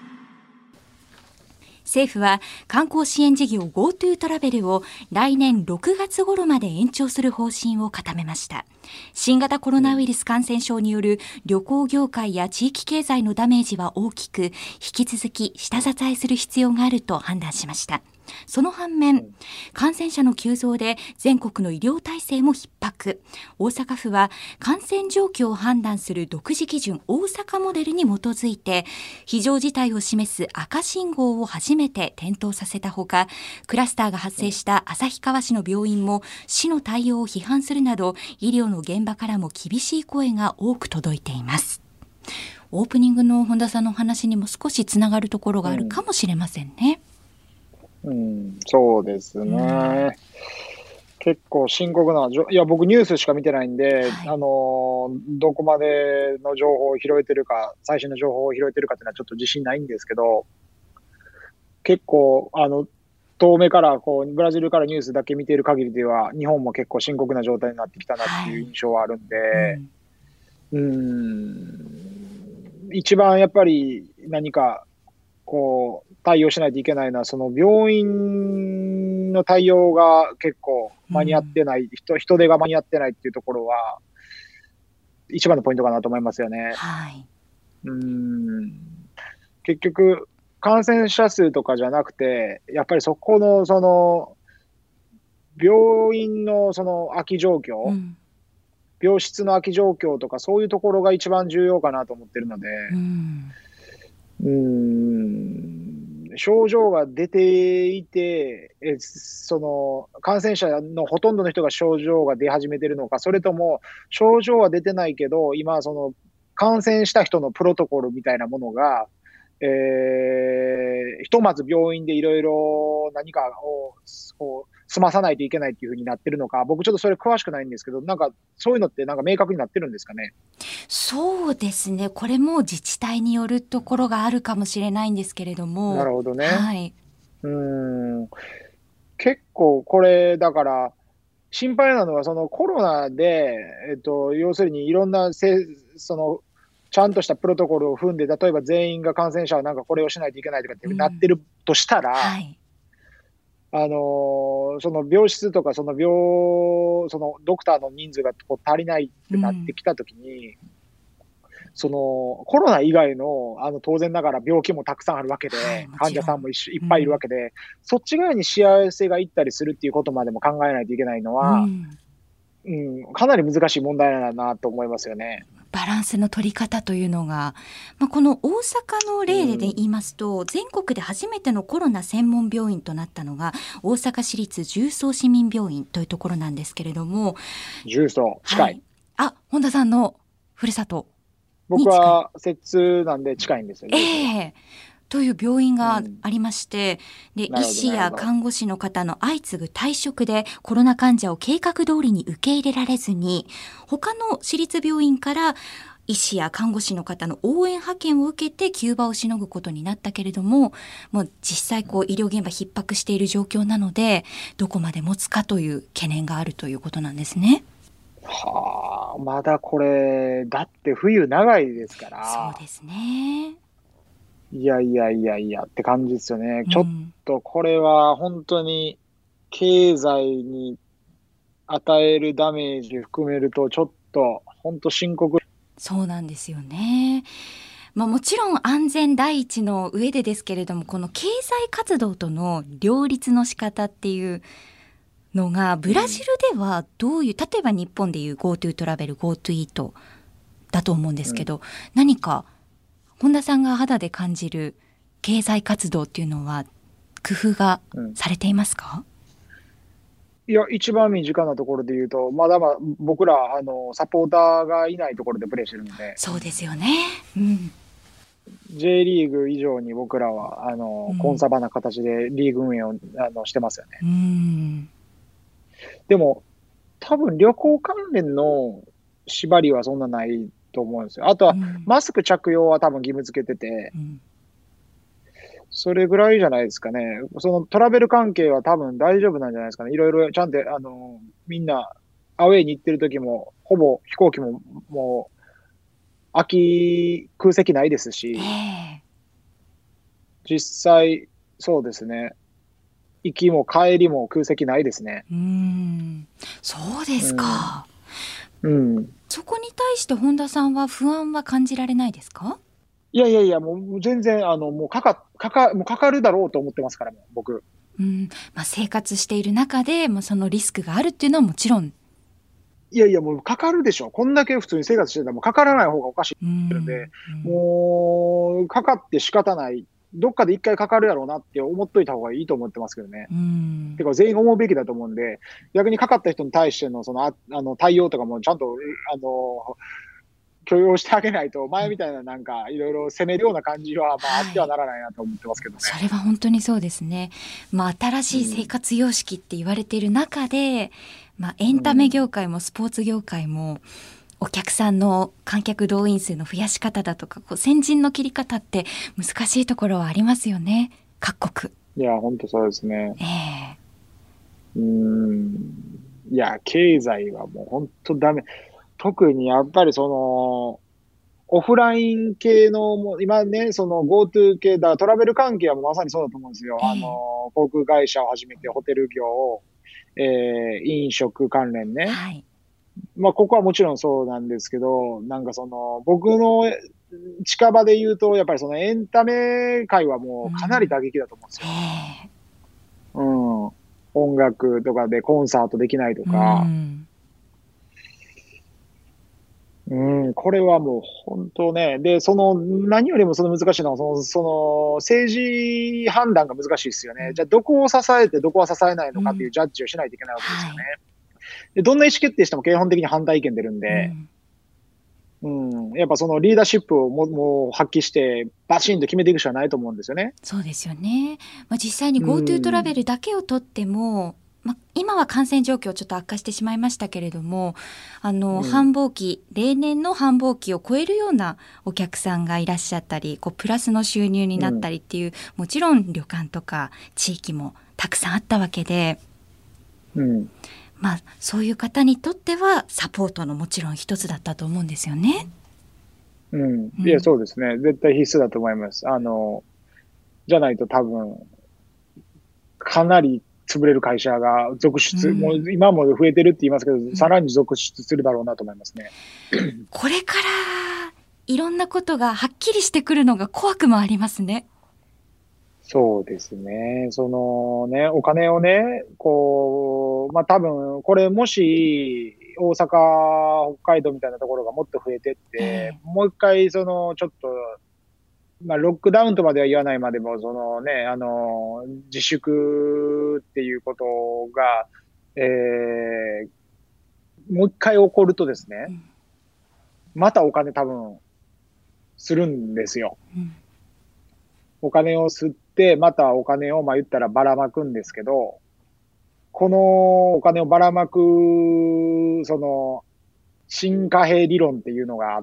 政府は観光支援事業 GoTo トラベルを来年ろくがつ頃まで延長する方針を固めました。新型コロナウイルス感染症による旅行業界や地域経済のダメージは大きく、引き続き下支えする必要があると判断しました。その反面、感染者の急増で全国の医療体制も逼迫。大阪府は感染状況を判断する独自基準大阪モデルに基づいて、非常事態を示す赤信号を初めて点灯させたほか、クラスターが発生した旭川市の病院も市の対応を批判するなど、医療の現場からも厳しい声が多く届いています。オープニングの本田さんのお話にも少しつながるところがあるかもしれませんね。 うん、そうですうん、 ね。結構深刻なじょ、いや、僕ニュースしか見てないんで、 はい。 あの、どこまでの情報を拾えてるか、最新の情報を拾えてるかっていうのはちょっと自信ないんですけど、結構、あの、遠目から、こう、ブラジルからニュースだけ見ている限りでは、日本も結構深刻な状態になってきたなっていうはい。 印象はあるんで、 うん。 うーん、一番やっぱり何か、こう、対応しないといけないのは、その病院の対応が結構間に合っうん。 てない、人、人手が間に合ってないっていうところは、一番のポイントかなと思いますよね。 はい。 うーん。結局、感染者数とかじゃなくて、やっぱりそこの、その、病院のその空き状況、 うん。 病室の空き状況とか、そういうところが一番重要かなと思ってるので、 うん。 うーん、症状が出ていて、え、その、感染者のほとんどの人が症状が出始めてるのか、それとも症状は出てないけど、今その、感染した人のプロトコルみたいなものが、えー、ひとまず病院でいろいろ何かを、こう、済まさないといけないっていう風になってるのか、僕ちょっとそれ詳しくないんですけど、なんか、そういうのってなんか明確になってるんですかね？ そうですね。これも自治体によるところがあるかもしれないんですけれども、 なるほどね。 はい。 うーん。結構これ、だから、心配なのは、そのコロナで、えっと、要するにいろんなせその、ちゃんとしたプロトコルを踏んで、例えば全員が感染者はなんかこれをしないといけないとかってうん。 なってるとしたら、 はい。 あの、その病室とかその病そのドクターの人数がこう足りないってなってうん。 きた時に、そのコロナ以外の、あの、当然ながら病気もたくさんあるわけはい、 で、 も患者さんちろん。 もいっしいっぱいいるわうん。 けで、そっち側に幸せがいったりするっていうことまでも考えないといけないのは、 うん。 うん、かなり難しい問題だなと思いますよね。 バランスの取り方というのが、まあ、この大阪の例で言いますと、うん、全国で初めてのコロナ専門病院となったのが大阪市立十三市民病院というところなんですけれども、 十三近い、はい、 あ、本田さんのふるさと僕は摂津なんで近いんですよ、 えー、という病院がありまして、うん、で医師や看護師の方の相次ぐ退職でコロナ患者を計画通りに受け入れられずに、他の私立病院から医師や看護師の方の応援派遣を受けて急場をしのぐことになったけれども、もう実際こう医療現場逼迫している状況なので、どこまで持つかという懸念があるということなんですね。 はあ、まだこれだって冬長いですから。 そうですね。 いやいやいやいやって感じですよね、うん、ちょっとこれは本当に経済に与えるダメージ含めるとちょっと本当深刻。 そうなんですよね。まあ、もちろん安全第一の上でですけれども、この経済活動との両立の仕方っていうのがブラジルではどういう、例えば日本でいう GoTo トラベル GoTo イートだと思うんですけど、うん、何か本田さんが肌で感じる経済活動っていうのは工夫がされていますか？ うん、いや一番身近なところで言うと、まだまだ僕らあのサポーターがいないところでプレーしてるので。 そうですよね、うん、 J リーグ以上に僕らはあの、うん、コンサバな形でリーグ運営をあのしてますよね。うん、でも多分旅行関連の縛りはそんなないと思うんですよ。あとは、うん、マスク着用は多分義務付けてて、うん、それぐらいじゃないですかね。そのトラベル関係は多分大丈夫なんじゃないですかね。いろいろちゃんとあのみんなアウェイに行ってる時もほぼ飛行機ももう空き空席ないですし、えー、実際そうですね。行きも帰りも空席ないですね。 うーん、そうですか。 うん。うん、 そこに対して本田さんは不安は感じられないですか？ いやいやいや、もう全然あのもうかかかかもうかかるだろうと思ってますから、僕。 うん、まあ、生活している中でもそのリスクがあるっていうのはもちろん。 いやいや、もうかかるでしょ。こんだけ普通に生活してたらもうかからない方がおかしいので、うん、もうかかって仕方ない。どっかで一回かかるやろうなって思っといた方がいいと思ってますけどね。うん、てか全員思うべきだと思うんで、逆にかかった人に対してのそのああの対応とかもちゃんとあの許容してあげないと、前みたいななんかいろいろ攻めるような感じは、まあ、あってはならないなと思ってますけどね。 それは本当にそうですね。まあ、新しい生活様式って言われている中で、うん、まあ、エンタメ業界もスポーツ業界も、お客さんの観客動員数の増やし方だとか、こう先陣の切り方って難しいところはありますよね、各国。 いや本当そうですね。 えー、うーんいや経済はもう本当ダメ。特にやっぱりそのオフライン系のも今ね、その GoTo 系だトラベル関係はもうまさにそうだと思うんですよ。えー、あの航空会社をはじめてホテル業、えー、飲食関連ね。はい、まあ、ここはもちろんそうなんですけど、なんかその、僕の近場で言うと、やっぱりそのエンタメ界はもうかなり打撃だと思うんですよ。うん。うん、音楽とかでコンサートできないとか。うん、うん、これはもう本当ね。で、その、何よりもその難しいのは、その、その、政治判断が難しいですよね。じゃあ、どこを支えて、どこは支えないのかっていうジャッジをしないといけないわけですよね。はい、でどんな意思決定しても基本的に反対意見出るんで、うん、うん、やっぱそのリーダーシップをももう発揮してバシンと決めていくしかないと思うんですよね。 そうですよね。まあ、実際に GoTo トラベルだけを取っても、まあ、今は感染状況ちょっと悪化してしまいましたけれども、あの、うん、繁忙期例年の繁忙期を超えるようなお客さんがいらっしゃったり、こうプラスの収入になったりっていう、うん、もちろん旅館とか地域もたくさんあったわけで、うんまあ、そういう方にとってはサポートのもちろん一つだったと思うんですよね。 うん、いやそうですね、絶対必須だと思います。あのじゃないと多分かなり潰れる会社が続出、うん、もう今も増えてるって言いますけど、うん、さらに続出するだろうなと思いますね。 これからいろんなことがはっきりしてくるのが怖くもありますね。 そうですね。そのね、お金をね、こう、まあ多分、これもし、 大阪、北海道みたいなところがもっと増えてって、うん、もう一回、その、ちょっと、まあ、ロックダウンとまでは言わないまでも、そのね、あの、自粛っていうことが、えー、もう一回起こるとですね、うん、またお金多分、するんですよ。うん、お金を吸って、またお金を、まあ言ったらばらまくんですけど、このお金をばらまく、その、新貨幣理論っていうのがあって、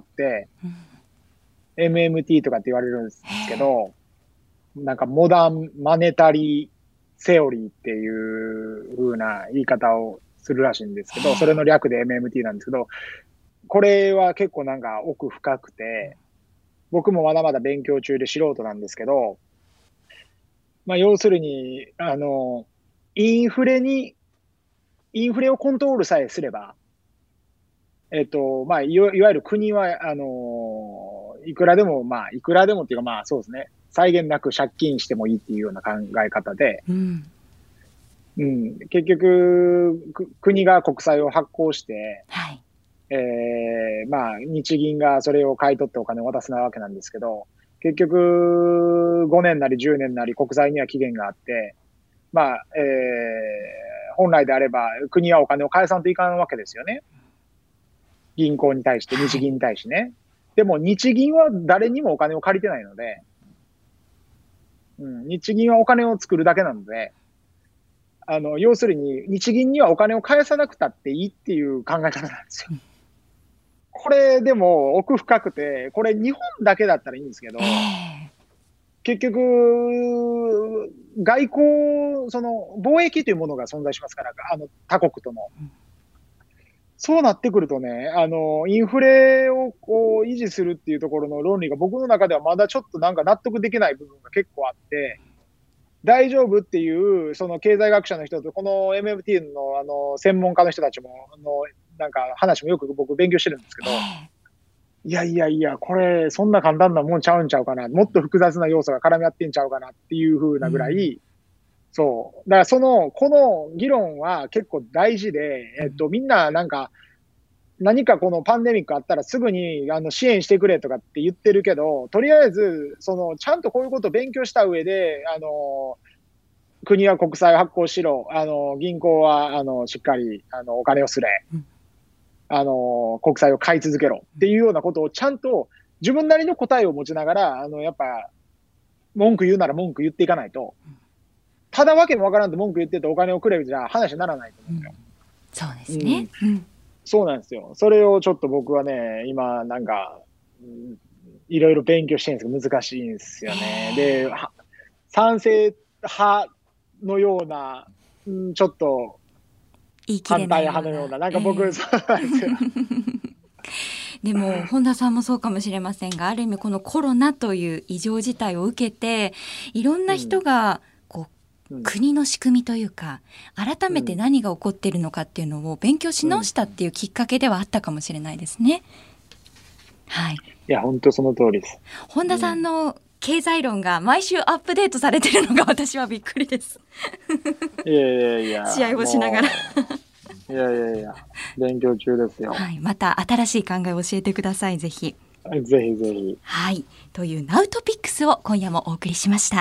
うん、エムエムティー とかって言われるんですけど、なんかモダンマネタリーセオリーっていう風な言い方をするらしいんですけど、それの略で エムエムティー なんですけど、これは結構なんか奥深くて、僕もまだまだ勉強中で素人なんですけど、まあ要するに、あの、インフレに、インフレをコントロールさえすれば、えっと、まあ、いわゆる国は、あの、いくらでも、まあ、いくらでもっていうか、まあ、そうですね。際限なく借金してもいいっていうような考え方で、うん。うん、結局、国が国債を発行して、はい。えー、まあ、日銀がそれを買い取ってお金を渡すなわけなんですけど、結局、ごねんなりじゅうねんなり国債には期限があって、まあ、えー、本来であれば国はお金を返さんといかんわけですよね。銀行に対して、日銀に対してね。はい、でも日銀は誰にもお金を借りてないので、うん、日銀はお金を作るだけなので、あの、要するに日銀にはお金を返さなくたっていいっていう考え方なんですよ。これでも奥深くて、これ日本だけだったらいいんですけど、結局、外交、その貿易というものが存在しますから、あの他国との。そうなってくるとね、あの、インフレをこう維持するっていうところの論理が僕の中ではまだちょっとなんか納得できない部分が結構あって、大丈夫っていう、その経済学者の人と、この エムエムティー のあの、専門家の人たちも、あの、なんか話もよく僕勉強してるんですけど、いやいやいや、これ、そんな簡単なもんちゃうんちゃうかな、もっと複雑な要素が絡み合ってんちゃうかなっていう風なぐらい、うん、そう。だからその、この議論は結構大事で、えっと、みんななんか、何かこのパンデミックあったらすぐにあの支援してくれとかって言ってるけど、とりあえず、その、ちゃんとこういうことを勉強した上で、あの、国は国債を発行しろ、あの、銀行は、あの、しっかり、あの、お金をすれ、あの、国債を買い続けろっていうようなことをちゃんと自分なりの答えを持ちながら、あの、やっぱ、文句言うなら文句言っていかないと、ただわけもわからんと文句言っててお金をくれるじゃ話にならないと思うんですよ。 うん、そうですね。うん、 そうなんですよ。それをちょっと僕はね、今なんか、うん、いろいろ勉強してるんですけど難しいんですよね。で、賛成派のような、うん、ちょっと反対派のような、なんか僕、えー、そうなんですよ。 でも本田さんもそうかもしれませんが、ある意味このコロナという異常事態を受けて、いろんな人がこう、うん、国の仕組みというか、改めて何が起こっているのかっていうのを勉強し直したっていうきっかけではあったかもしれないですね。はい。いや、本当その通りです。 本田さんの経済論が毎週アップデートされてるのが私はびっくりです。 いやいやいや。 試合をしながら。 いやいやいや、勉強中ですよ。 はい、また新しい考えを教えてください、ぜひ。 ぜひぜひ。 はい、というナウトピックスを今夜もお送りしました。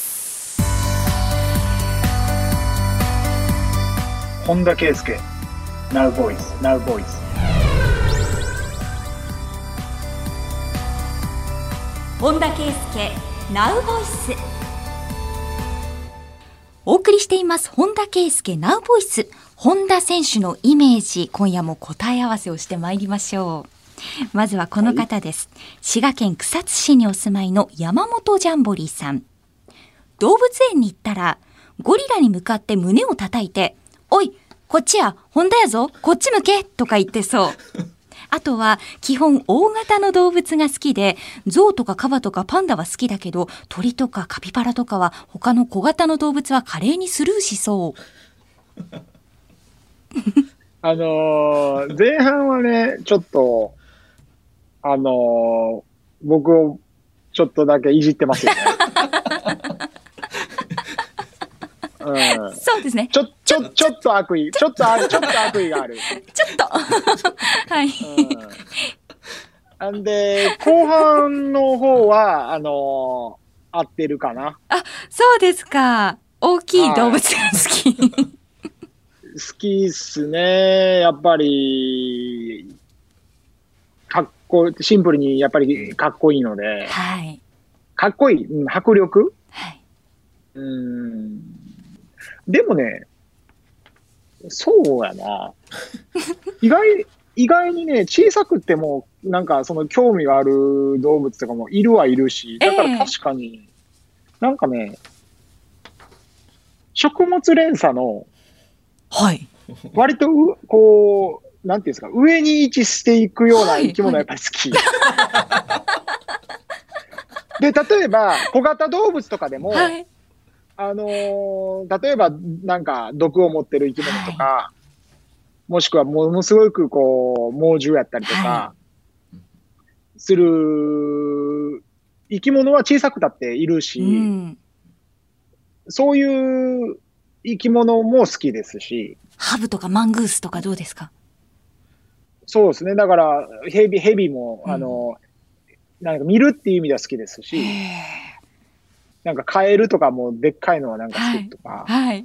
本田圭佑、ナウボーイズ、ナウボーイズ。 本田圭佑、ナウボイス。お送りしています本田圭佑、ナウボイス。本田選手のイメージ、今夜も答え合わせをしてまいりましょう。まずはこの方です。はい、滋賀県草津市にお住まいの山本ジャンボリーさん。動物園に行ったらゴリラに向かって胸を叩いて、おいこっちや、本田やぞ、こっち向けとか言ってそう。あとは基本大型の動物が好きで、ゾウとかカバとかパンダは好きだけど、鳥とかカピバラとかは他の小型の動物は華麗にスルーしそう。 あのー、前半はね、ちょっと、あのー、僕をちょっとだけいじってますよね。 うん、そそうですね。 ちょ、ちょ、ちょっと悪意、ちょっとある、ちょっと悪意がある。 ちょっと。はい。 うん。んで、後半の方は、あのー、合ってるかな。 あ、そうですか。大きい動物が好き。好きっすね。やっぱり、かっこ、シンプルにやっぱりかっこいいので。 はい。 かっこいい、うん、迫力。 はい。 うん。でもね、そうやな。意外、意外にね、小さくても、なんかその興味がある動物とかもいるはいるし、だから確かに、えー、なんかね、食物連鎖の、 はい。 割とう、こう、なんていうんですか、上に位置していくような生き物はやっぱり好き。はいはい、で、例えば、小型動物とかでも、はい、あのー、例えば、なんか、毒を持ってる生き物とか、はい、もしくはものすごくこう、猛獣やったりとか、する生き物は小さくたっているし、うん、そういう生き物も好きですし。 ハブとかマングースとかどうですか？ そうですね。だから、ヘビ、ヘビも、うん、あの、なんか見るっていう意味では好きですし、なんかカエルとかもでっかいのはなんか好きとか。 はい。はい、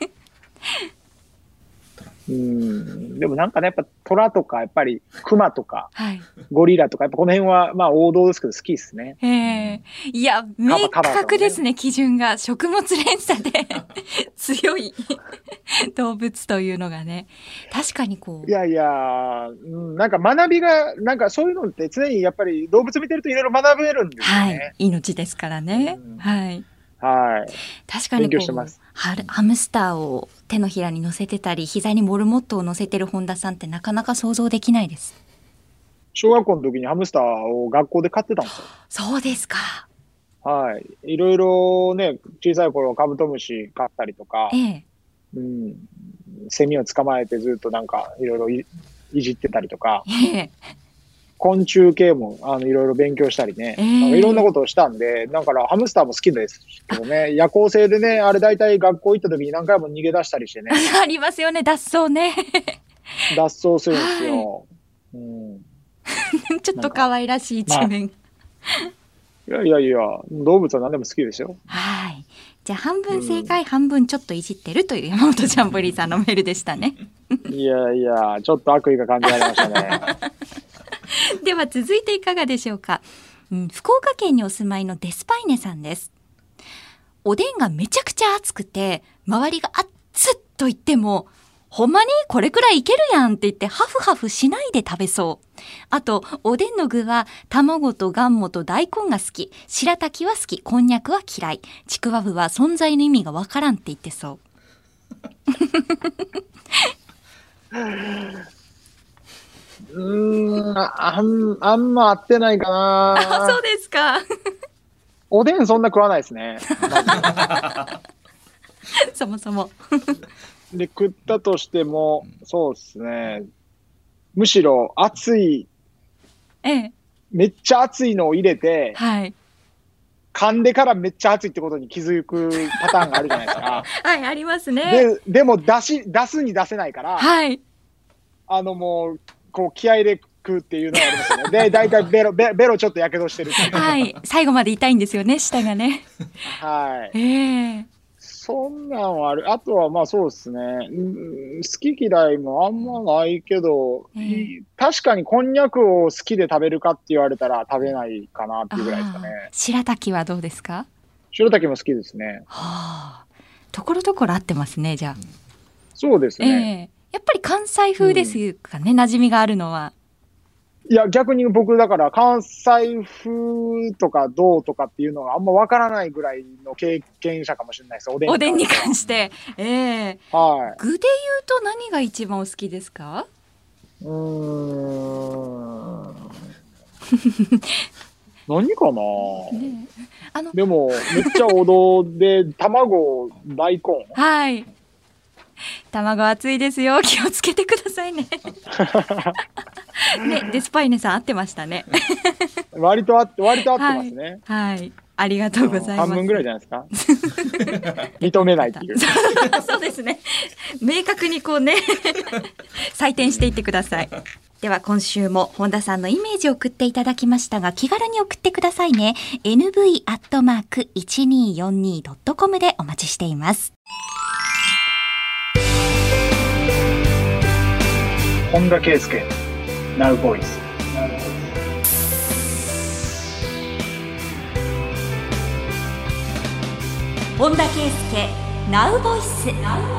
うん。でもなんかね、やっぱトラとか、やっぱりクマとか、 はい、 ゴリラとか、やっぱこの辺はまあ王道ですけど好きですね。 へえ。いや、明確ですね、基準が。食物連鎖で強い動物というのがね。確かにこう。 いやいや、うん、なんか学びが、なんかそういうのって常にやっぱり動物見てるといろいろ学べるんですよね。 はい。命ですからね。うん、はい。 はい。 確かにこう勉強してます。 ハムスターを手のひらに乗せてたり、膝にモルモットを乗せてる本田さんってなかなか想像できないです。 小学校の時にハムスターを学校で飼ってたんですよ。 そうですか。 はい。いろいろね、小さい頃カブトムシ飼ったりとか、 ええ、 うん、セミを捕まえてずっとなんかいろいろいじってたりとか、 ええ、 昆虫系もあのいろいろ勉強したりね、えー、なんかいろんなことをしたんで、だからハムスターも好きですけどね、夜行性でね、あれ大体学校行った時に何回も逃げ出したりしてね。 ありますよね、脱走ね。 脱走するんですよ。はい、うん、 ちょっと可愛らしい一面。 まあ、いやいやいや、動物は何でも好きですよ。 はい。じゃあ半分正解、うん、半分ちょっといじってるという山本ジャンボリーさんのメールでしたね。 いやいや、ちょっと悪意が感じられましたね。 では続いていかがでしょうか、うん、福岡県にお住まいのデスパイネさんです。おでんがめちゃくちゃ熱くて周りが熱っと言ってもほんまにこれくらいいけるやんって言ってハフハフしないで食べそう。あとおでんの具は卵とガンモと大根が好き、白滝は好き、こんにゃくは嫌い、ちくわぶは存在の意味がわからんって言ってそううーん、あん、あんま合ってないかな。 あ、そうですか。 おでんそんな食わないですね。 そもそも。 で、食ったとしても、そうですね。むしろ熱い、 ええ、 めっちゃ熱いのを入れて、 はい、 噛んでからめっちゃ熱いってことに気づくパターンがあるじゃないですか。 はい、ありますね。 で、でも出し、出すに出せないから、 はい。 あのもう、こう気合いで食うっていうのがありますよね。で、だいたいベロ、ベロちょっとやけどしてるっていう。 はい。最後まで痛いんですよね、舌がね。 はい。 ええー。 そんなんはある。あとはまあそうですね。好き嫌いもあんまないけど、えー、確かにこんにゃくを好きで食べるかって言われたら食べないかなっていうぐらいですかね。 白滝はどうですか？ 白滝も好きですね。 はあ。ところどころ合ってますね、じゃあ。 そうですね。 えー、やっぱり関西風ですかね、うん、馴染みがあるのは。 いや、逆に僕だから関西風とかどうとかっていうのがあんまわからないぐらいの経験者かもしれないです。おでん。 おでんに関して。ええー。 はい。 具で言うと何が一番お好きですか？ うーん。何かな、ね、あのでも、めっちゃ王道で、卵、大根。 はい。卵熱いですよ。気をつけてくださいね。ね、デスパイネさん合ってましたね。 割とあって、割と合ってますね。 はい。はい、ありがとうございます。 半分ぐらいじゃないですか。 認めないっていうそうですね、明確にこうね採点していってください。では今週も本田さんのイメージを送っていただきましたが、気軽に送ってくださいね。 エヌブイ アットマーク いちにーよんにー ドットコム でお待ちしています。 本田圭佑 Now Voice。 本田圭佑 Now Voice。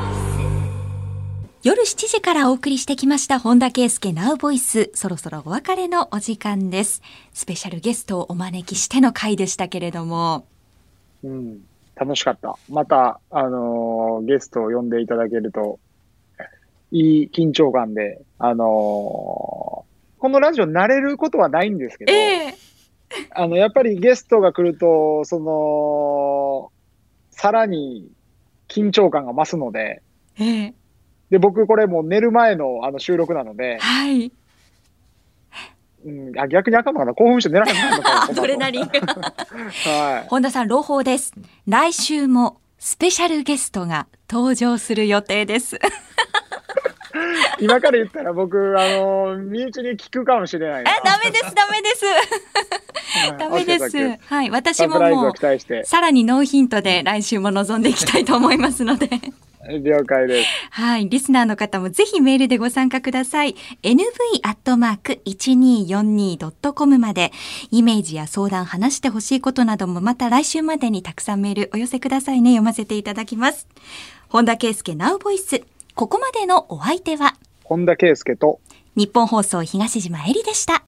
夜しちじからお送りしてきました本田圭佑 Now Voice、 そろそろお別れのお時間です。スペシャルゲストをお招きしての回でしたけれども、 うん、楽しかった。また、あのー、ゲストを呼んでいただけるといい緊張感で、あのー、このラジオ慣れることはないんですけど、えー、あのやっぱりゲストが来るとそのさらに緊張感が増すので、えーで、僕これもう寝る前のあの収録なので、はい。うん、あ、逆にあかんのかな、興奮して寝られないのかな。 アドレナリン。はい。本田さん、朗報です。来週もスペシャルゲストが登場する予定です。 今から言ったら僕、あの、身内に聞くかもしれないな。 え、ダメです、ダメです。ダメです。はい。私ももう、さらにノーヒントで来週も臨んでいきたいと思いますので。 了解です。 はい。リスナーの方もぜひメールでご参加ください。エヌブイ アットマーク いちにーよんにー ドットコム まで、イメージや相談、話してほしいことなどもまた来週までにたくさんメールお寄せくださいね。読ませていただきます。本田圭佑 Now Voice。ここまでのお相手は本田圭佑と日本放送東島えりでした。